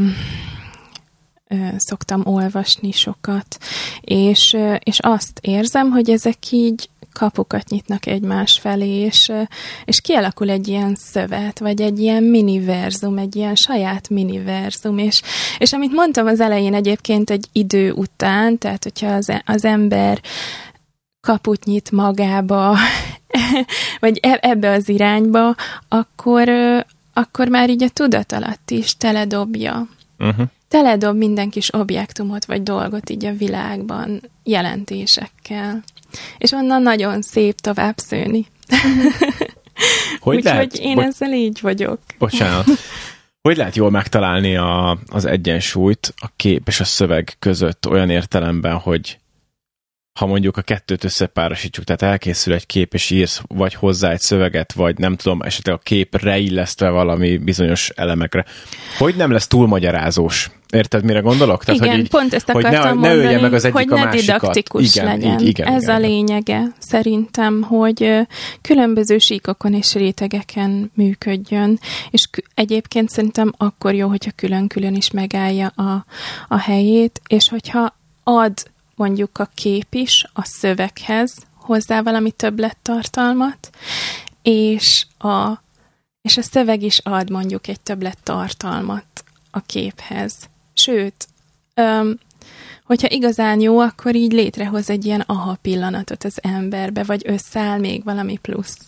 Speaker 3: szoktam olvasni sokat, és, és azt érzem, hogy ezek így kapukat nyitnak egymás felé, és, és kialakul egy ilyen szövet, vagy egy ilyen miniverzum, egy ilyen saját miniverzum, és, és amit mondtam az elején egyébként egy idő után, tehát hogyha az, az ember kaput nyit magába, vagy ebbe az irányba, akkor, akkor már így a tudat alatt is teledobja. Uh-huh. Teledob minden kis objektumot vagy dolgot így a világban jelentésekkel. És onnan nagyon szép tovább szőni.
Speaker 1: Hogy
Speaker 3: Úgyhogy én Bo- ezzel így vagyok.
Speaker 1: Bocsánat. Hogy lehet jól megtalálni a, az egyensúlyt a kép és a szöveg között olyan értelemben, hogy ha mondjuk a kettőt összepárosítjuk, tehát elkészül egy kép, és írsz vagy hozzá egy szöveget, vagy nem tudom, esetleg a képre illesztve valami bizonyos elemekre. Hogy nem lesz túl magyarázós? Érted, mire gondolok? Tehát,
Speaker 3: igen,
Speaker 1: hogy így,
Speaker 3: pont ezt
Speaker 1: hogy
Speaker 3: akartam
Speaker 1: ne,
Speaker 3: mondani,
Speaker 1: ne ölje meg az egyik
Speaker 3: hogy
Speaker 1: a
Speaker 3: ne
Speaker 1: másikat.
Speaker 3: didaktikus
Speaker 1: Igen,
Speaker 3: legyen.
Speaker 1: így, igen,
Speaker 3: Ez
Speaker 1: igen,
Speaker 3: a lényege szerintem, hogy különböző síkokon és rétegeken működjön, és egyébként szerintem akkor jó, hogyha külön-külön is megállja a, a helyét, és hogyha ad mondjuk a kép is a szöveghez hozzá valami többlettartalmat, és a, és a szöveg is ad mondjuk egy többlettartalmat a képhez. Sőt, öm, hogyha igazán jó, akkor így létrehoz egy ilyen aha pillanatot az emberbe, vagy összeáll még valami plusz.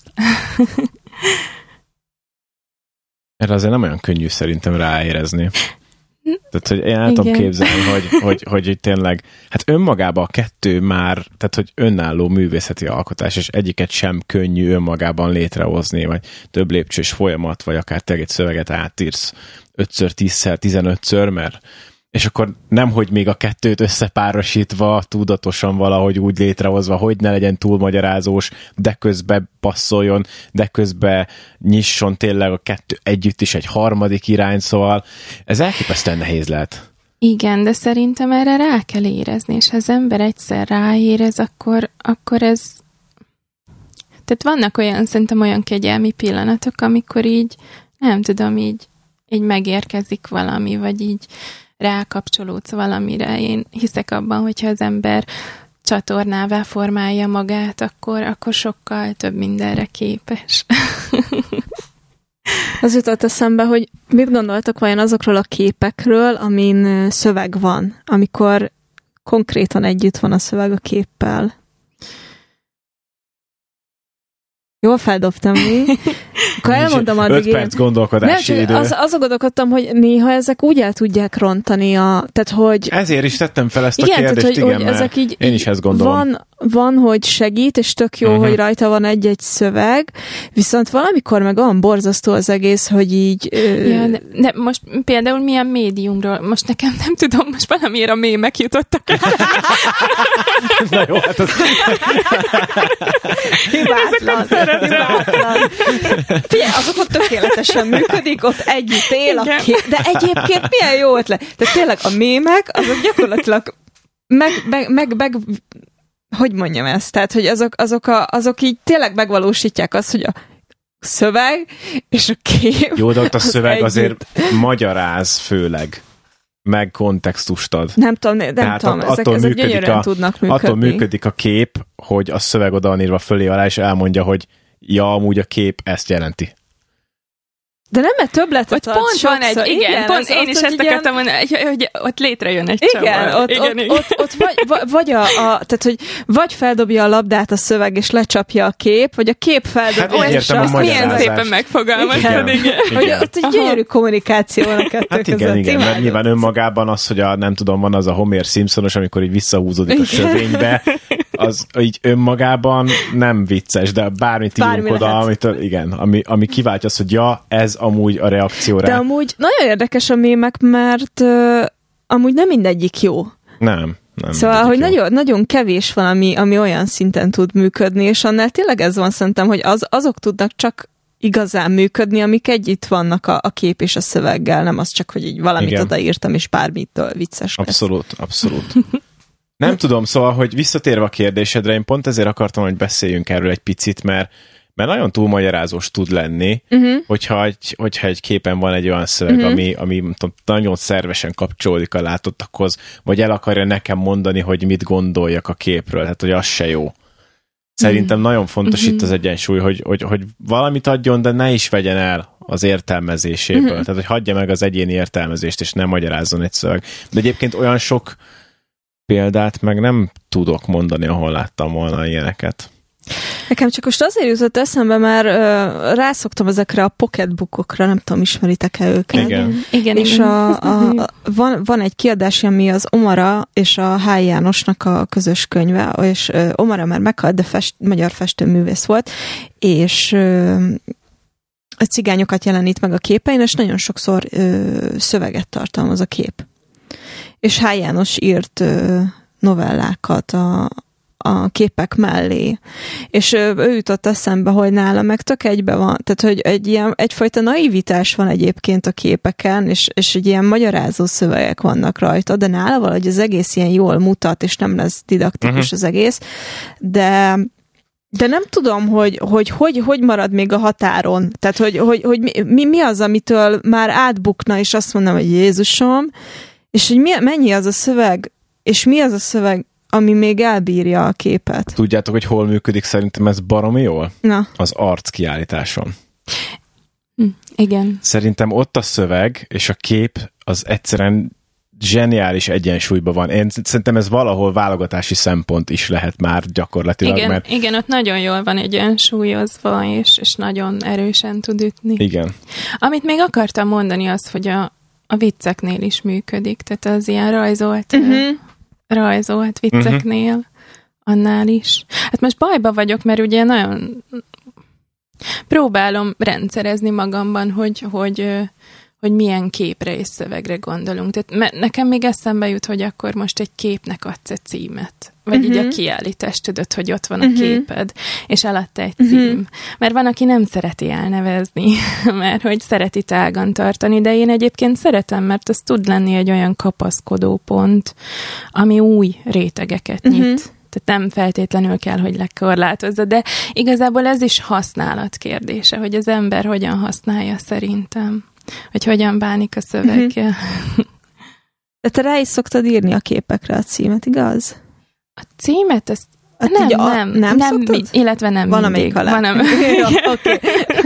Speaker 1: Erre azért nem olyan könnyű szerintem ráérezni. Tehát, hogy én el tudom képzelni, hogy, hogy, hogy, hogy tényleg, hát önmagában a kettő már, tehát, hogy önálló művészeti alkotás, és egyiket sem könnyű önmagában létrehozni, vagy több lépcsős folyamat, vagy akár te egy szöveget átírsz ötször, tízszer, tizenötször, mert és akkor nemhogy még a kettőt összepárosítva, tudatosan valahogy úgy létrehozva, hogy ne legyen túl magyarázós, de közben passzoljon, de közben nyisson tényleg a kettő együtt is egy harmadik irány, szóval ez elképesztően nehéz lehet.
Speaker 3: Igen, de szerintem erre rá kell érezni, és ha az ember egyszer ráérez, akkor, akkor ez... Tehát vannak olyan, szerintem olyan kegyelmi pillanatok, amikor így, nem tudom, így, így megérkezik valami, vagy így rákapcsolódsz valamire. Én hiszek abban, hogyha az ember csatornává formálja magát, akkor, akkor sokkal több mindenre képes.
Speaker 2: Az jutott eszembe, hogy mit gondoltak vajon azokról a képekről, amin szöveg van, amikor konkrétan együtt van a szöveg a képpel. Jól feldobtam mi. Akkor elmondom addig.
Speaker 1: öt perc gondolkodási
Speaker 2: nem,
Speaker 1: idő.
Speaker 2: Az, azon gondolkodtam, hogy néha ezek úgy el tudják rontani a... Tehát, hogy...
Speaker 1: Ezért is tettem fel ezt a
Speaker 2: igen,
Speaker 1: kérdést,
Speaker 2: tehát, hogy,
Speaker 1: igen,
Speaker 2: hogy
Speaker 1: mert
Speaker 2: ezek így,
Speaker 1: én is ezt gondolom.
Speaker 2: Van, van, hogy segít, és tök jó, uh-huh. hogy rajta van egy-egy szöveg, viszont valamikor meg olyan borzasztó az egész, hogy így... Ö...
Speaker 3: Ja, de, de most például milyen médiumról? Most nekem nem tudom, most valamiért a mémek jutottak.
Speaker 1: Na jó, hát az...
Speaker 2: Hibátlan. Hibátlan. Figyelj, azok ott tökéletesen működik, ott együtt él a kép, de egyébként milyen jó ötlet. Tehát tényleg a mémek, azok gyakorlatilag meg, meg, meg, meg hogy mondjam ezt? Tehát, hogy azok, azok, a, azok így tényleg megvalósítják azt, hogy a szöveg és a kép.
Speaker 1: Jó, de ott a szöveg
Speaker 2: az
Speaker 1: azért magyaráz főleg, meg kontextust ad.
Speaker 2: Nem tudom, nem
Speaker 1: Tehát
Speaker 2: tudom,
Speaker 1: att-
Speaker 2: ezek,
Speaker 1: attól
Speaker 2: ezek
Speaker 1: működik
Speaker 2: gyönyörűen
Speaker 1: a,
Speaker 2: tudnak működni.
Speaker 1: Attól működik a kép, hogy a szöveg oda van írva fölé alá, és elmondja, hogy ja, amúgy a kép ezt jelenti.
Speaker 2: De nem, mert többletet
Speaker 3: ad pont
Speaker 2: sokszor.
Speaker 3: Van egy, igen, igen pont az, én az, is ezt akartam mondani, hogy, hogy ott létrejön egy
Speaker 2: igen,
Speaker 3: csavar.
Speaker 2: Ott,
Speaker 3: igen,
Speaker 2: ott,
Speaker 3: igen,
Speaker 2: ott, ott vagy, vagy a, a, tehát, hogy vagy feldobja a labdát a szöveg, és lecsapja a kép, vagy a kép feldobja.
Speaker 1: Hát
Speaker 2: és
Speaker 1: a
Speaker 3: milyen szépen megfogalmaztad, igen.
Speaker 2: igen. Hogy ott egy gyönyörű kommunikáció van a kettő
Speaker 1: hát igen,
Speaker 2: között.
Speaker 1: igen, mert nyilván önmagában az, hogy a, nem tudom, van az a Homer Simpsonos, amikor így visszahúzódik a sövénybe, az így önmagában nem vicces, de bármit írunk oda, amitől, igen, ami, ami kiváltja azt, hogy ja, ez amúgy a reakció rá.
Speaker 2: De amúgy nagyon érdekes a mémek, mert uh, amúgy nem mindegyik jó.
Speaker 1: Nem. Nem
Speaker 2: szóval, hogy nagyon, nagyon kevés van, ami, ami olyan szinten tud működni, és annál tényleg ez van szerintem, hogy az, azok tudnak csak igazán működni, amik együtt vannak a, a kép és a szöveggel, nem az csak, hogy így valamit igen. odaírtam, és bármitől vicces lesz.
Speaker 1: Abszolút, abszolút. Nem tudom, szóval, hogy visszatérve a kérdésedre, én pont ezért akartam, hogy beszéljünk erről egy picit, mert, mert nagyon túlmagyarázós tud lenni, uh-huh. hogyha, egy, hogyha egy képen van egy olyan szöveg, uh-huh. ami, ami tudom, nagyon szervesen kapcsolódik a látottakhoz, vagy el akarja nekem mondani, hogy mit gondoljak a képről, hát hogy az se jó. Szerintem uh-huh. nagyon fontos uh-huh. itt az egyensúly, hogy, hogy, hogy valamit adjon, de ne is vegyen el az értelmezéséből. Uh-huh. Tehát, hogy hagyja meg az egyéni értelmezést, és ne magyarázzon egy szöveg. De egyébként olyan sok példát meg nem tudok mondani, ahol láttam volna ilyeneket.
Speaker 2: Nekem csak most azért jutott eszembe, mert uh, rászoktam ezekre a pocketbookokra, nem tudom, ismeritek-e őket?
Speaker 1: Igen.
Speaker 3: igen
Speaker 2: és
Speaker 3: igen.
Speaker 2: A, a, a, van, van egy kiadás, ami az Omara és a H. Jánosnak a közös könyve, és uh, Omara már meghalt, de fest, magyar festőművész volt, és uh, a cigányokat jelenít meg a képein, és nagyon sokszor uh, szöveget tartalmaz a kép. És H. János írt uh, novellákat a a képek mellé. És ő, ő jutott eszembe, hogy nála meg tök egybe van. Tehát, hogy egy ilyen, egyfajta naivitás van egyébként a képeken, és, és egy ilyen magyarázó szövegek vannak rajta, de nála valahogy az egész ilyen jól mutat, és nem lesz didaktikus uh-huh. az egész. De de nem tudom, hogy hogy, hogy, hogy marad még a határon. Tehát, hogy, hogy, hogy mi, mi az, amitől már átbukna, és azt mondom, hogy Jézusom, és hogy mi, mennyi az a szöveg, és mi az a szöveg, ami még elbírja a képet.
Speaker 1: Tudjátok, hogy hol működik szerintem ez baromi jól?
Speaker 2: Na.
Speaker 1: Az arc kiállításon.
Speaker 3: Hm, igen.
Speaker 1: Szerintem ott a szöveg és a kép az egyszerűen zseniális egyensúlyban van. Én szerintem ez valahol válogatási szempont is lehet már gyakorlatilag.
Speaker 3: Igen,
Speaker 1: mert...
Speaker 3: igen, ott nagyon jól van egyensúlyozva, és, és nagyon erősen tud ütni.
Speaker 1: Igen.
Speaker 3: Amit még akartam mondani az, hogy a, a vicceknél is működik, tehát az ilyen rajzolt, uh-huh. rajzolt vicceknél, uh-huh. annál is. Hát most bajba vagyok, mert ugye nagyon próbálom rendszerezni magamban, hogy, hogy hogy milyen képre és szövegre gondolunk. Tehát nekem még eszembe jut, hogy akkor most egy képnek adsz egy címet. Vagy uh-huh. így a kiállítást, tudod, hogy ott van a uh-huh. képed, és alatta egy cím. Uh-huh. Mert van, aki nem szereti elnevezni, mert hogy szereti tágan tartani, de én egyébként szeretem, mert az tud lenni egy olyan kapaszkodó pont, ami új rétegeket uh-huh. nyit. Tehát nem feltétlenül kell, hogy lekorlátozza, de igazából ez is használat kérdése, hogy az ember hogyan használja szerintem. Hogy hogyan bánik a szöveggel. Uh-huh.
Speaker 2: De te rá is szoktad írni a képekre a címet, igaz?
Speaker 3: A címet, ezt
Speaker 2: hát
Speaker 3: nem,
Speaker 2: a,
Speaker 3: nem,
Speaker 2: nem,
Speaker 3: nem
Speaker 2: szoktad?
Speaker 3: Illetve nem
Speaker 2: van
Speaker 3: mindig.
Speaker 2: Van amelyik alá.
Speaker 3: Jó,
Speaker 2: oké.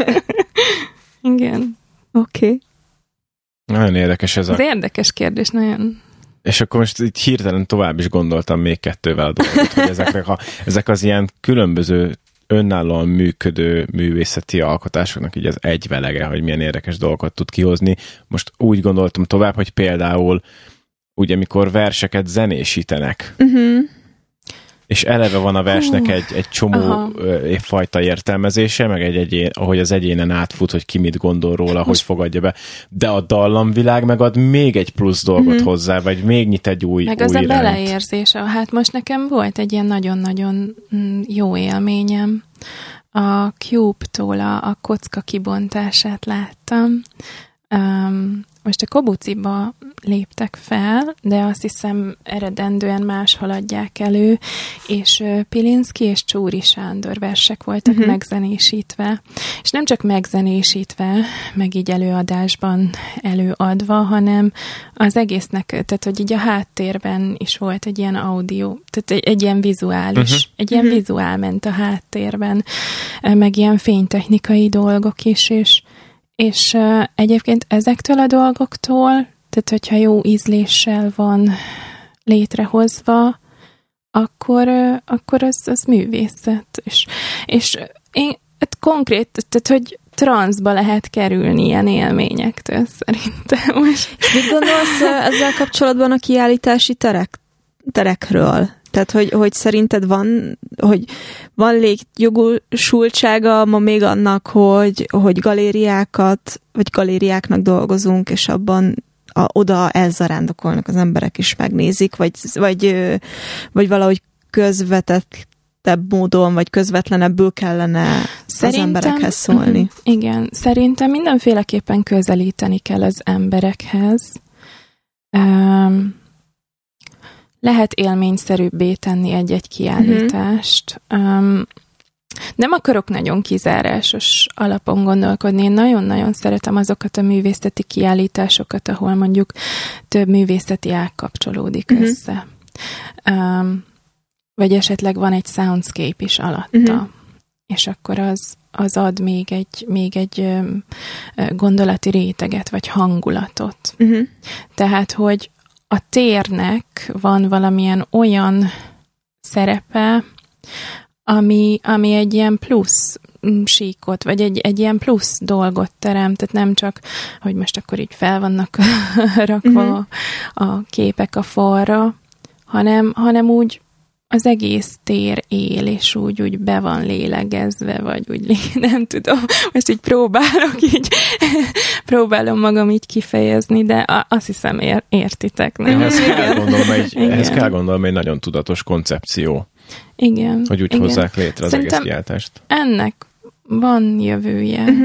Speaker 3: Igen.
Speaker 2: Oké. Okay.
Speaker 1: Nagyon érdekes ez a...
Speaker 3: Ez érdekes kérdés, nagyon...
Speaker 1: És akkor most így hirtelen tovább is gondoltam még kettővel a dolgot, hogy ezeknek a, ezek az ilyen különböző önállóan működő művészeti alkotásoknak így az egyvelege, hogy milyen érdekes dolgokat tud kihozni. Most úgy gondoltam tovább, hogy például ugye amikor verseket zenésítenek, uh-huh. és eleve van a versnek uh, egy, egy csomó uh, fajta értelmezése, meg egy egyén, ahogy az egyénen átfut, hogy ki mit gondol róla, most... hogy fogadja be, de a dallamvilág megad még egy plusz dolgot uh-huh. hozzá, vagy még nyit egy új
Speaker 3: meg
Speaker 1: új
Speaker 3: az
Speaker 1: irányt.
Speaker 3: A beleérzés. Hát most nekem volt egy ilyen nagyon-nagyon jó élményem. A Cube-tól a, a kocka kibontását láttam. Um, most a Kobuciba léptek fel, de azt hiszem eredendően máshol adják elő, és Pilinszky és Csúri Sándor versek voltak uh-huh. megzenésítve. És nem csak megzenésítve, meg így előadásban előadva, hanem az egésznek, tehát hogy így a háttérben is volt egy ilyen audio, tehát egy, egy ilyen vizuális, uh-huh. egy ilyen uh-huh. vizuál ment a háttérben, meg ilyen fénytechnikai dolgok is, és És uh, egyébként ezektől a dolgoktól, tehát hogyha jó ízléssel van létrehozva, akkor, uh, akkor az, az művészet. És, és én hát konkrét, tehát hogy transzba lehet kerülni ilyen élményektől szerintem. Most.
Speaker 2: Mit gondolsz ezzel kapcsolatban a kiállítási terek, terekről? Tehát, hogy, hogy szerinted van, hogy van létjogosultsága ma még annak, hogy, hogy galériákat, vagy galériáknak dolgozunk, és abban a, oda elzarándokolnak az emberek is megnézik, vagy, vagy, vagy valahogy közvetettebb módon, vagy közvetlenebbül kellene szerintem, az emberekhez szólni.
Speaker 3: Igen, szerintem mindenféleképpen közelíteni kell az emberekhez. Um, Lehet élményszerűbbé tenni egy-egy kiállítást. Uh-huh. Um, nem akarok nagyon kizárásos alapon gondolkodni. Én nagyon-nagyon szeretem azokat a művészeti kiállításokat, ahol mondjuk több művészeti ág kapcsolódik uh-huh. össze. Um, vagy esetleg van egy soundscape is alatta. Uh-huh. És akkor az, az ad még egy, még egy um, gondolati réteget, vagy hangulatot. Uh-huh. Tehát, hogy a térnek van valamilyen olyan szerepe, ami, ami egy ilyen plusz síkot, vagy egy, egy ilyen plusz dolgot teremt, tehát nem csak, hogy most akkor így fel vannak rakva uh-huh. a képek a falra, hanem, hanem úgy az egész tér él, és úgy, úgy be van lélegezve, vagy úgy, nem tudom, most így próbálok így, próbálom magam így kifejezni, de azt hiszem ér, értitek, nem?
Speaker 1: Ehhez kell gondolom egy, ehhez kell gondolom egy nagyon tudatos koncepció.
Speaker 3: Igen.
Speaker 1: Hogy úgy
Speaker 3: igen.
Speaker 1: hozzák létre az
Speaker 3: Szerintem
Speaker 1: egész kiáltást.
Speaker 3: Ennek van jövője. Uh-huh.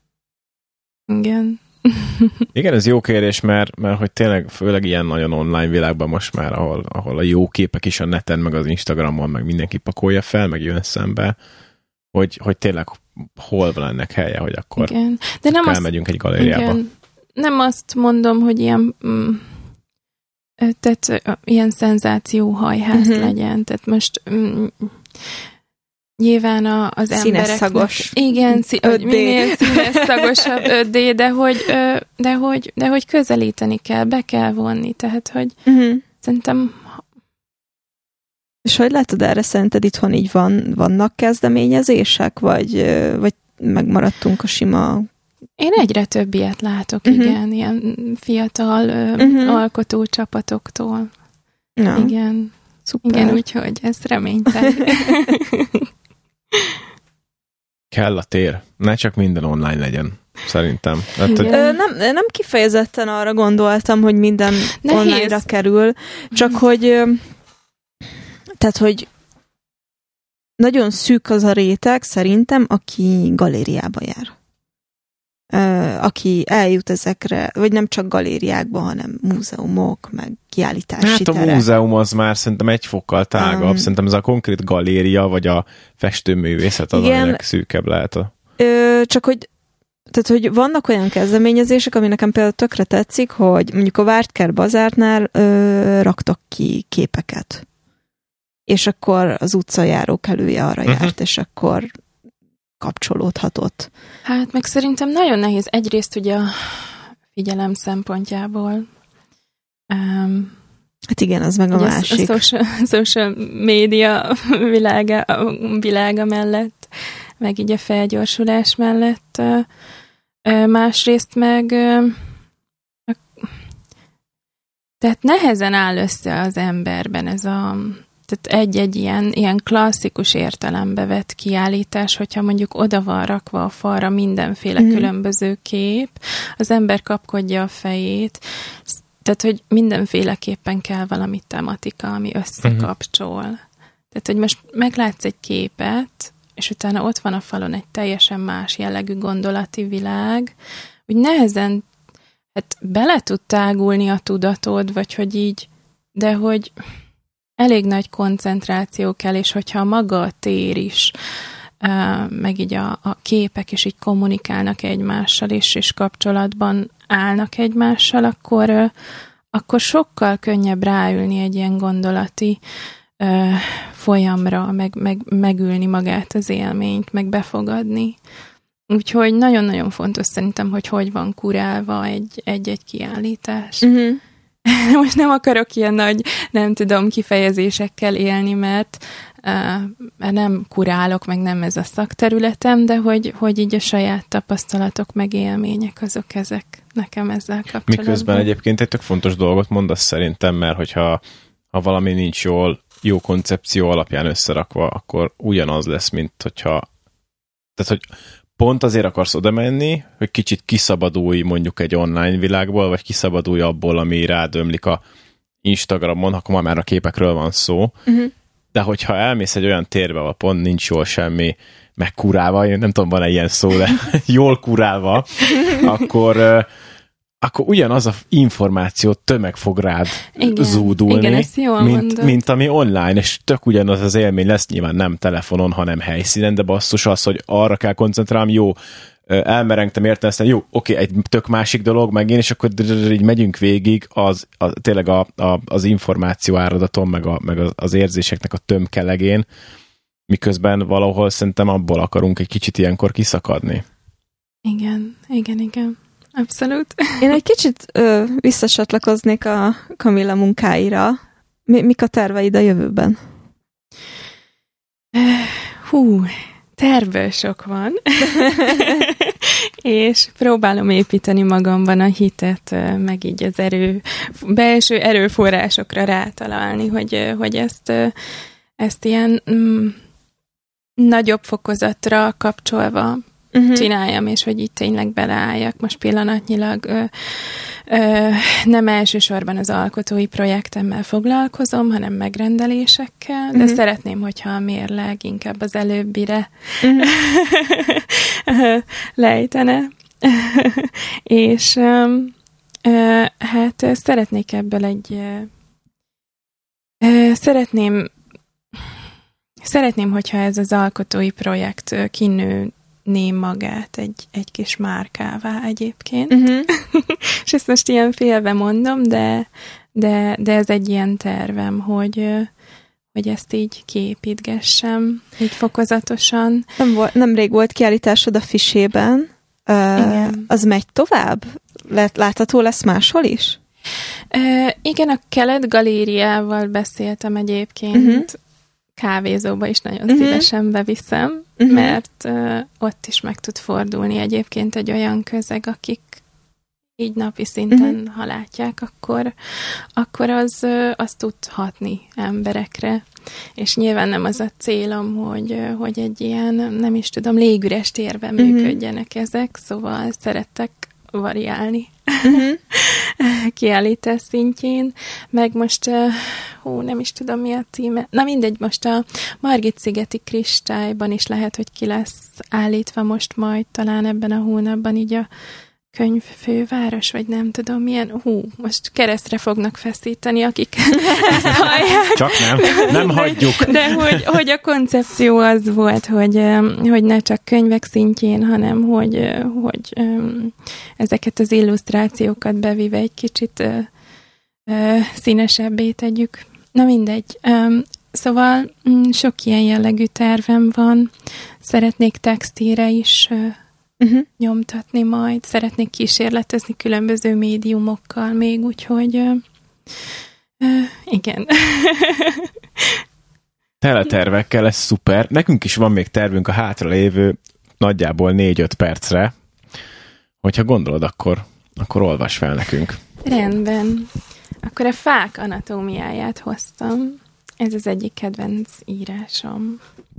Speaker 3: Igen.
Speaker 1: Igen, ez jó kérdés, mert, mert hogy tényleg főleg ilyen nagyon online világban most már, ahol, ahol a jó képek is a neten, meg az Instagramon, meg mindenki pakolja fel, meg jön szembe, hogy, hogy tényleg hol van ennek helye, hogy akkor
Speaker 3: igen. De nem
Speaker 1: elmegyünk azt, egy galériába. Igen.
Speaker 3: Nem azt mondom, hogy ilyen mm, tehát ilyen szenzációhajház uh-huh. legyen. Tehát most mm, nyilván a, az embereknek...
Speaker 2: Színes-szagos.
Speaker 3: Igen, szí- hogy minél színes-szagosabb öt dé, de hogy, de, hogy, de hogy közelíteni kell, be kell vonni, tehát hogy uh-huh. szerintem...
Speaker 2: És hogy látod erre, szerinted itthon így van, vannak kezdeményezések, vagy, vagy megmaradtunk a sima...
Speaker 3: Én egyre több ilyet látok, uh-huh. igen, ilyen fiatal uh-huh. alkotó csapatoktól. Ja. Igen. Szuper. Igen, úgyhogy ez reménytelen.
Speaker 1: Kell a tér. Ne csak minden online legyen, szerintem. Hát, hogy...
Speaker 2: nem, nem kifejezetten arra gondoltam, hogy minden Nehéz. online-ra kerül, csak hogy tehát, hogy nagyon szűk az a réteg, szerintem, aki galériába jár. Uh, aki eljut ezekre, vagy nem csak galériákba, hanem múzeumok, meg kiállítási
Speaker 1: hát a
Speaker 2: terek.
Speaker 1: múzeum az már szerintem egy fokkal tágabb. Um, szerintem ez a konkrét galéria, vagy a festőművészet az, igen, aminek szűkebb lehet. A...
Speaker 2: Ö, csak hogy, tehát, hogy vannak olyan kezdeményezések, ami nekem például tökre tetszik, hogy mondjuk a Vártkert bazárnál ö, raktak ki képeket. És akkor az utcajárók elője arra uh-huh. járt, és akkor kapcsolódhatott.
Speaker 3: Hát meg szerintem nagyon nehéz egyrészt ugye a figyelem szempontjából. Um,
Speaker 2: hát igen, az meg a másik.
Speaker 3: A social, social média világa, világa mellett, meg így a felgyorsulás mellett. Másrészt meg tehát nehezen áll össze az emberben ez a tehát egy-egy ilyen, ilyen klasszikus értelembe vett kiállítás, hogyha mondjuk oda van rakva a falra mindenféle mm. különböző kép, az ember kapkodja a fejét, tehát, hogy mindenféleképpen kell valami tematika, ami összekapcsol. Mm. Tehát, hogy most meglátsz egy képet, és utána ott van a falon egy teljesen más jellegű gondolati világ, hogy nehezen hát bele tud tágulni a tudatod, vagy hogy így, de hogy elég nagy koncentráció kell, és hogyha maga a tér is, meg így a, a képek is így kommunikálnak egymással is, és kapcsolatban állnak egymással, akkor, akkor sokkal könnyebb ráülni egy ilyen gondolati folyamra, meg, meg megülni magát az élményt, meg befogadni. Úgyhogy nagyon-nagyon fontos szerintem, hogy hogy van kurálva egy, egy-egy kiállítás. Uh-huh. Most nem akarok ilyen nagy, nem tudom, kifejezésekkel élni, mert, uh, mert nem kurálok, meg nem ez a szakterületem, de hogy, hogy így a saját tapasztalatok, meg élmények, azok ezek nekem ezzel kapcsolatban.
Speaker 1: Miközben egyébként egy tök fontos dolgot mondasz szerintem, mert hogyha ha valami nincs jól, jó koncepció alapján összerakva, akkor ugyanaz lesz, mint hogyha tehát, hogy pont azért akarsz oda menni, hogy kicsit kiszabadulj mondjuk egy online világból, vagy kiszabadulj abból, ami rád ömlik a Instagramon, akkor már a képekről van szó. Uh-huh. De hogyha elmész egy olyan térbe, ahol pont nincs jól semmi megkurálva, én nem tudom, van-e ilyen szó, de jól kurálva, akkor, akkor ugyanaz a információ tömeg fog rád igen, zúdulni,
Speaker 3: igen, ezt jól
Speaker 1: mint, mint ami online, és tök ugyanaz az élmény lesz, nyilván nem telefonon, hanem helyszínen, de basszus az, hogy arra kell koncentrálnom, jó, elmerengtem értem, aztán jó, oké, egy tök másik dolog, meg én, és akkor így megyünk végig az, a, tényleg a, a, az információ áradaton, meg, a, meg az érzéseknek a tömkelegén, miközben valahol szerintem abból akarunk egy kicsit ilyenkor kiszakadni.
Speaker 3: Igen, igen, igen. Abszolút.
Speaker 2: Én egy kicsit ö, visszacsatlakoznék a Kamilla munkáira. Mi, mik a terveid a jövőben?
Speaker 3: Hú, tervből sok van. És próbálom építeni magamban a hitet, meg így az erő, belső erőforrásokra rátalálni, hogy, hogy ezt, ezt ilyen mm, nagyobb fokozatra kapcsolva Uh-huh. csináljam, és hogy itt tényleg beleálljak. Most pillanatnyilag ö, ö, nem elsősorban az alkotói projektemmel foglalkozom, hanem megrendelésekkel, de uh-huh. szeretném, hogyha a mérleg inkább az előbbire uh-huh. lejtene. És ö, ö, hát szeretnék ebből egy ö, ö, szeretném szeretném, hogyha ez az alkotói projekt kinő ném magát egy, egy kis márkává egyébként. Uh-huh. És ezt most ilyen félve mondom, de, de, de ez egy ilyen tervem, hogy, hogy ezt így kiépítgessem, így fokozatosan.
Speaker 2: Nem volt, nemrég volt kiállításod a Fisében. Uh, az megy tovább? Lát, látható lesz máshol is?
Speaker 3: Uh, igen, a Kelet Galériával beszéltem egyébként. Uh-huh. Kávézóba is nagyon uh-huh. szívesen beviszem, uh-huh. mert uh, ott is meg tud fordulni egyébként egy olyan közeg, akik így napi szinten, uh-huh. ha látják, akkor, akkor az, az tud hatni emberekre. És nyilván nem az a célom, hogy, hogy egy ilyen, nem is tudom, légüres térben uh-huh. működjenek ezek, szóval szerettek variálni uh-huh. kiállítás szintjén. Meg most, hú, nem is tudom, mi a címe. Na mindegy, most a Margit-szigeti Kristályban is lehet, hogy ki lesz állítva most majd talán ebben a hónapban így a könyvfőváros, vagy nem tudom milyen, hú, most keresztre fognak feszíteni, akik ezt hallják.
Speaker 1: Csak nem, nem hagyjuk.
Speaker 3: De hogy, hogy a koncepció az volt, hogy, hogy ne csak könyvek szintjén, hanem hogy, hogy ezeket az illusztrációkat bevive egy kicsit színesebbé tegyük. Na mindegy. Szóval sok ilyen jellegű tervem van. Szeretnék textilre is Uh-huh. nyomtatni majd, szeretnék kísérletezni különböző médiumokkal még, úgyhogy uh, uh, igen.
Speaker 1: Teletervekkel, ez szuper. Nekünk is van még tervünk a hátralévő nagyjából négy-öt percre. Hogyha gondolod, akkor, akkor olvas fel nekünk.
Speaker 3: Rendben. Akkor a fák anatómiáját hoztam. Ez az egyik kedvenc írásom.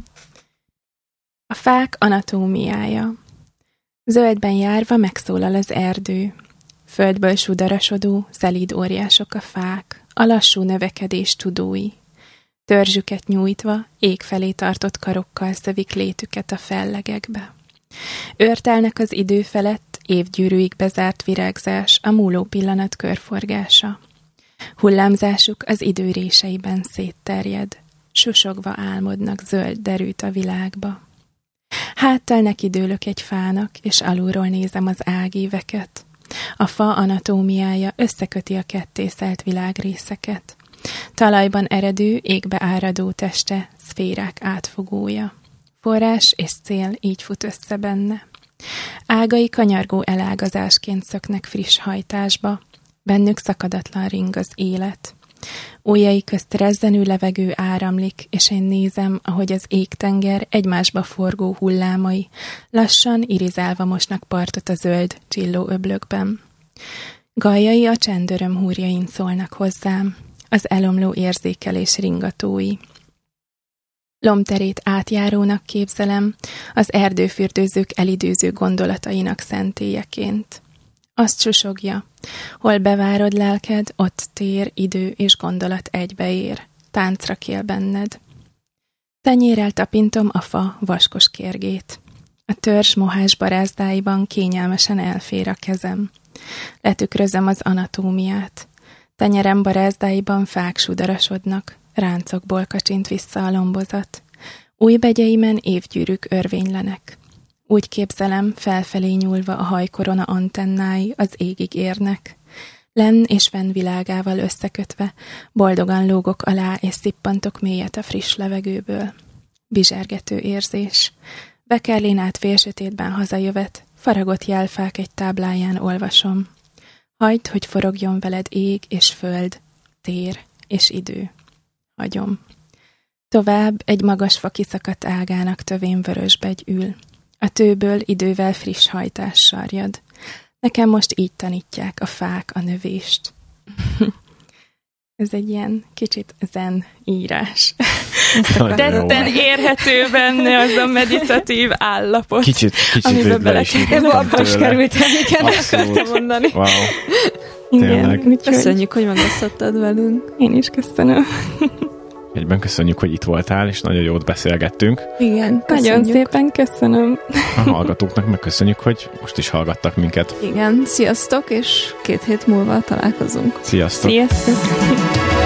Speaker 3: A fák anatómiája. Zöldben járva megszólal az erdő. Földből sudarasodó, szelíd óriások a fák, a lassú növekedés tudói. Törzsüket nyújtva, ég felé tartott karokkal szövik létüket a fellegekbe. Őrtelnek az idő felett, évgyűrűig bezárt virágzás, a múló pillanat körforgása. Hullámzásuk az idő réseiben szétterjed. Susogva álmodnak zöld derűt a világba. Háttal nekidőlök egy fának, és alulról nézem az ágíveket. A fa anatómiája összeköti a kettészelt világrészeket. Talajban eredő, égbe áradó teste, szférák átfogója. Forrás és cél így fut össze benne. Ágai kanyargó elágazásként szöknek friss hajtásba. Bennük szakadatlan ring az élet. Ujjai közt rezzenő levegő áramlik, és én nézem, ahogy az égtenger egymásba forgó hullámai lassan irizálva mosnak partot a zöld csilló öblökben. Galljai a csendöröm húrjain szólnak hozzám, az elomló érzékelés ringatói. Lomterét átjárónak képzelem, az erdőfürdőzők elidőző gondolatainak szentélyeként. Azt susogja, hol bevárod lelked, ott tér, idő és gondolat egybeér, táncra kél benned. Tenyérrel tapintom a fa vaskos kérgét. A törzs mohás barázdáiban kényelmesen elfér a kezem. Letükrözöm az anatómiát. Tenyerem barázdáiban fák sudarasodnak, ráncokból kacsint vissza a lombozat. Új begyeimen évgyűrűk örvénylenek. Úgy képzelem, felfelé nyúlva a hajkorona antennái az égig érnek. Lenn és fenn világával összekötve, boldogan lógok alá és szippantok mélyet a friss levegőből. Bizsergető érzés. Bekerlén át félsötétben hazajövet, faragott jelfák egy tábláján olvasom. Hagyd, hogy forogjon veled ég és föld, tér és idő. Hagyom. Tovább egy magas fa kiszakadt ágának tövén vörösbegy ül. A tőből idővel friss hajtás sarjad. Nekem most így tanítják a fák a növést. Ez egy ilyen kicsit zen írás. Tetten érhető benne az a meditatív állapot.
Speaker 1: Kicsit, kicsit
Speaker 2: bele abba is került el, igen, akartam mondani.
Speaker 1: Wow.
Speaker 3: Igen, úgyhogy...
Speaker 2: Köszönjük, hogy megosztottad velünk.
Speaker 3: Én is köszönöm.
Speaker 1: Egyben köszönjük, hogy itt voltál, és nagyon jót beszélgettünk.
Speaker 2: Igen,
Speaker 3: köszönjük. Nagyon szépen köszönöm.
Speaker 1: A hallgatóknak meg köszönjük, hogy most is hallgattak minket.
Speaker 2: Igen, sziasztok, és két hét múlva találkozunk.
Speaker 1: Sziasztok.
Speaker 3: Sziasztok.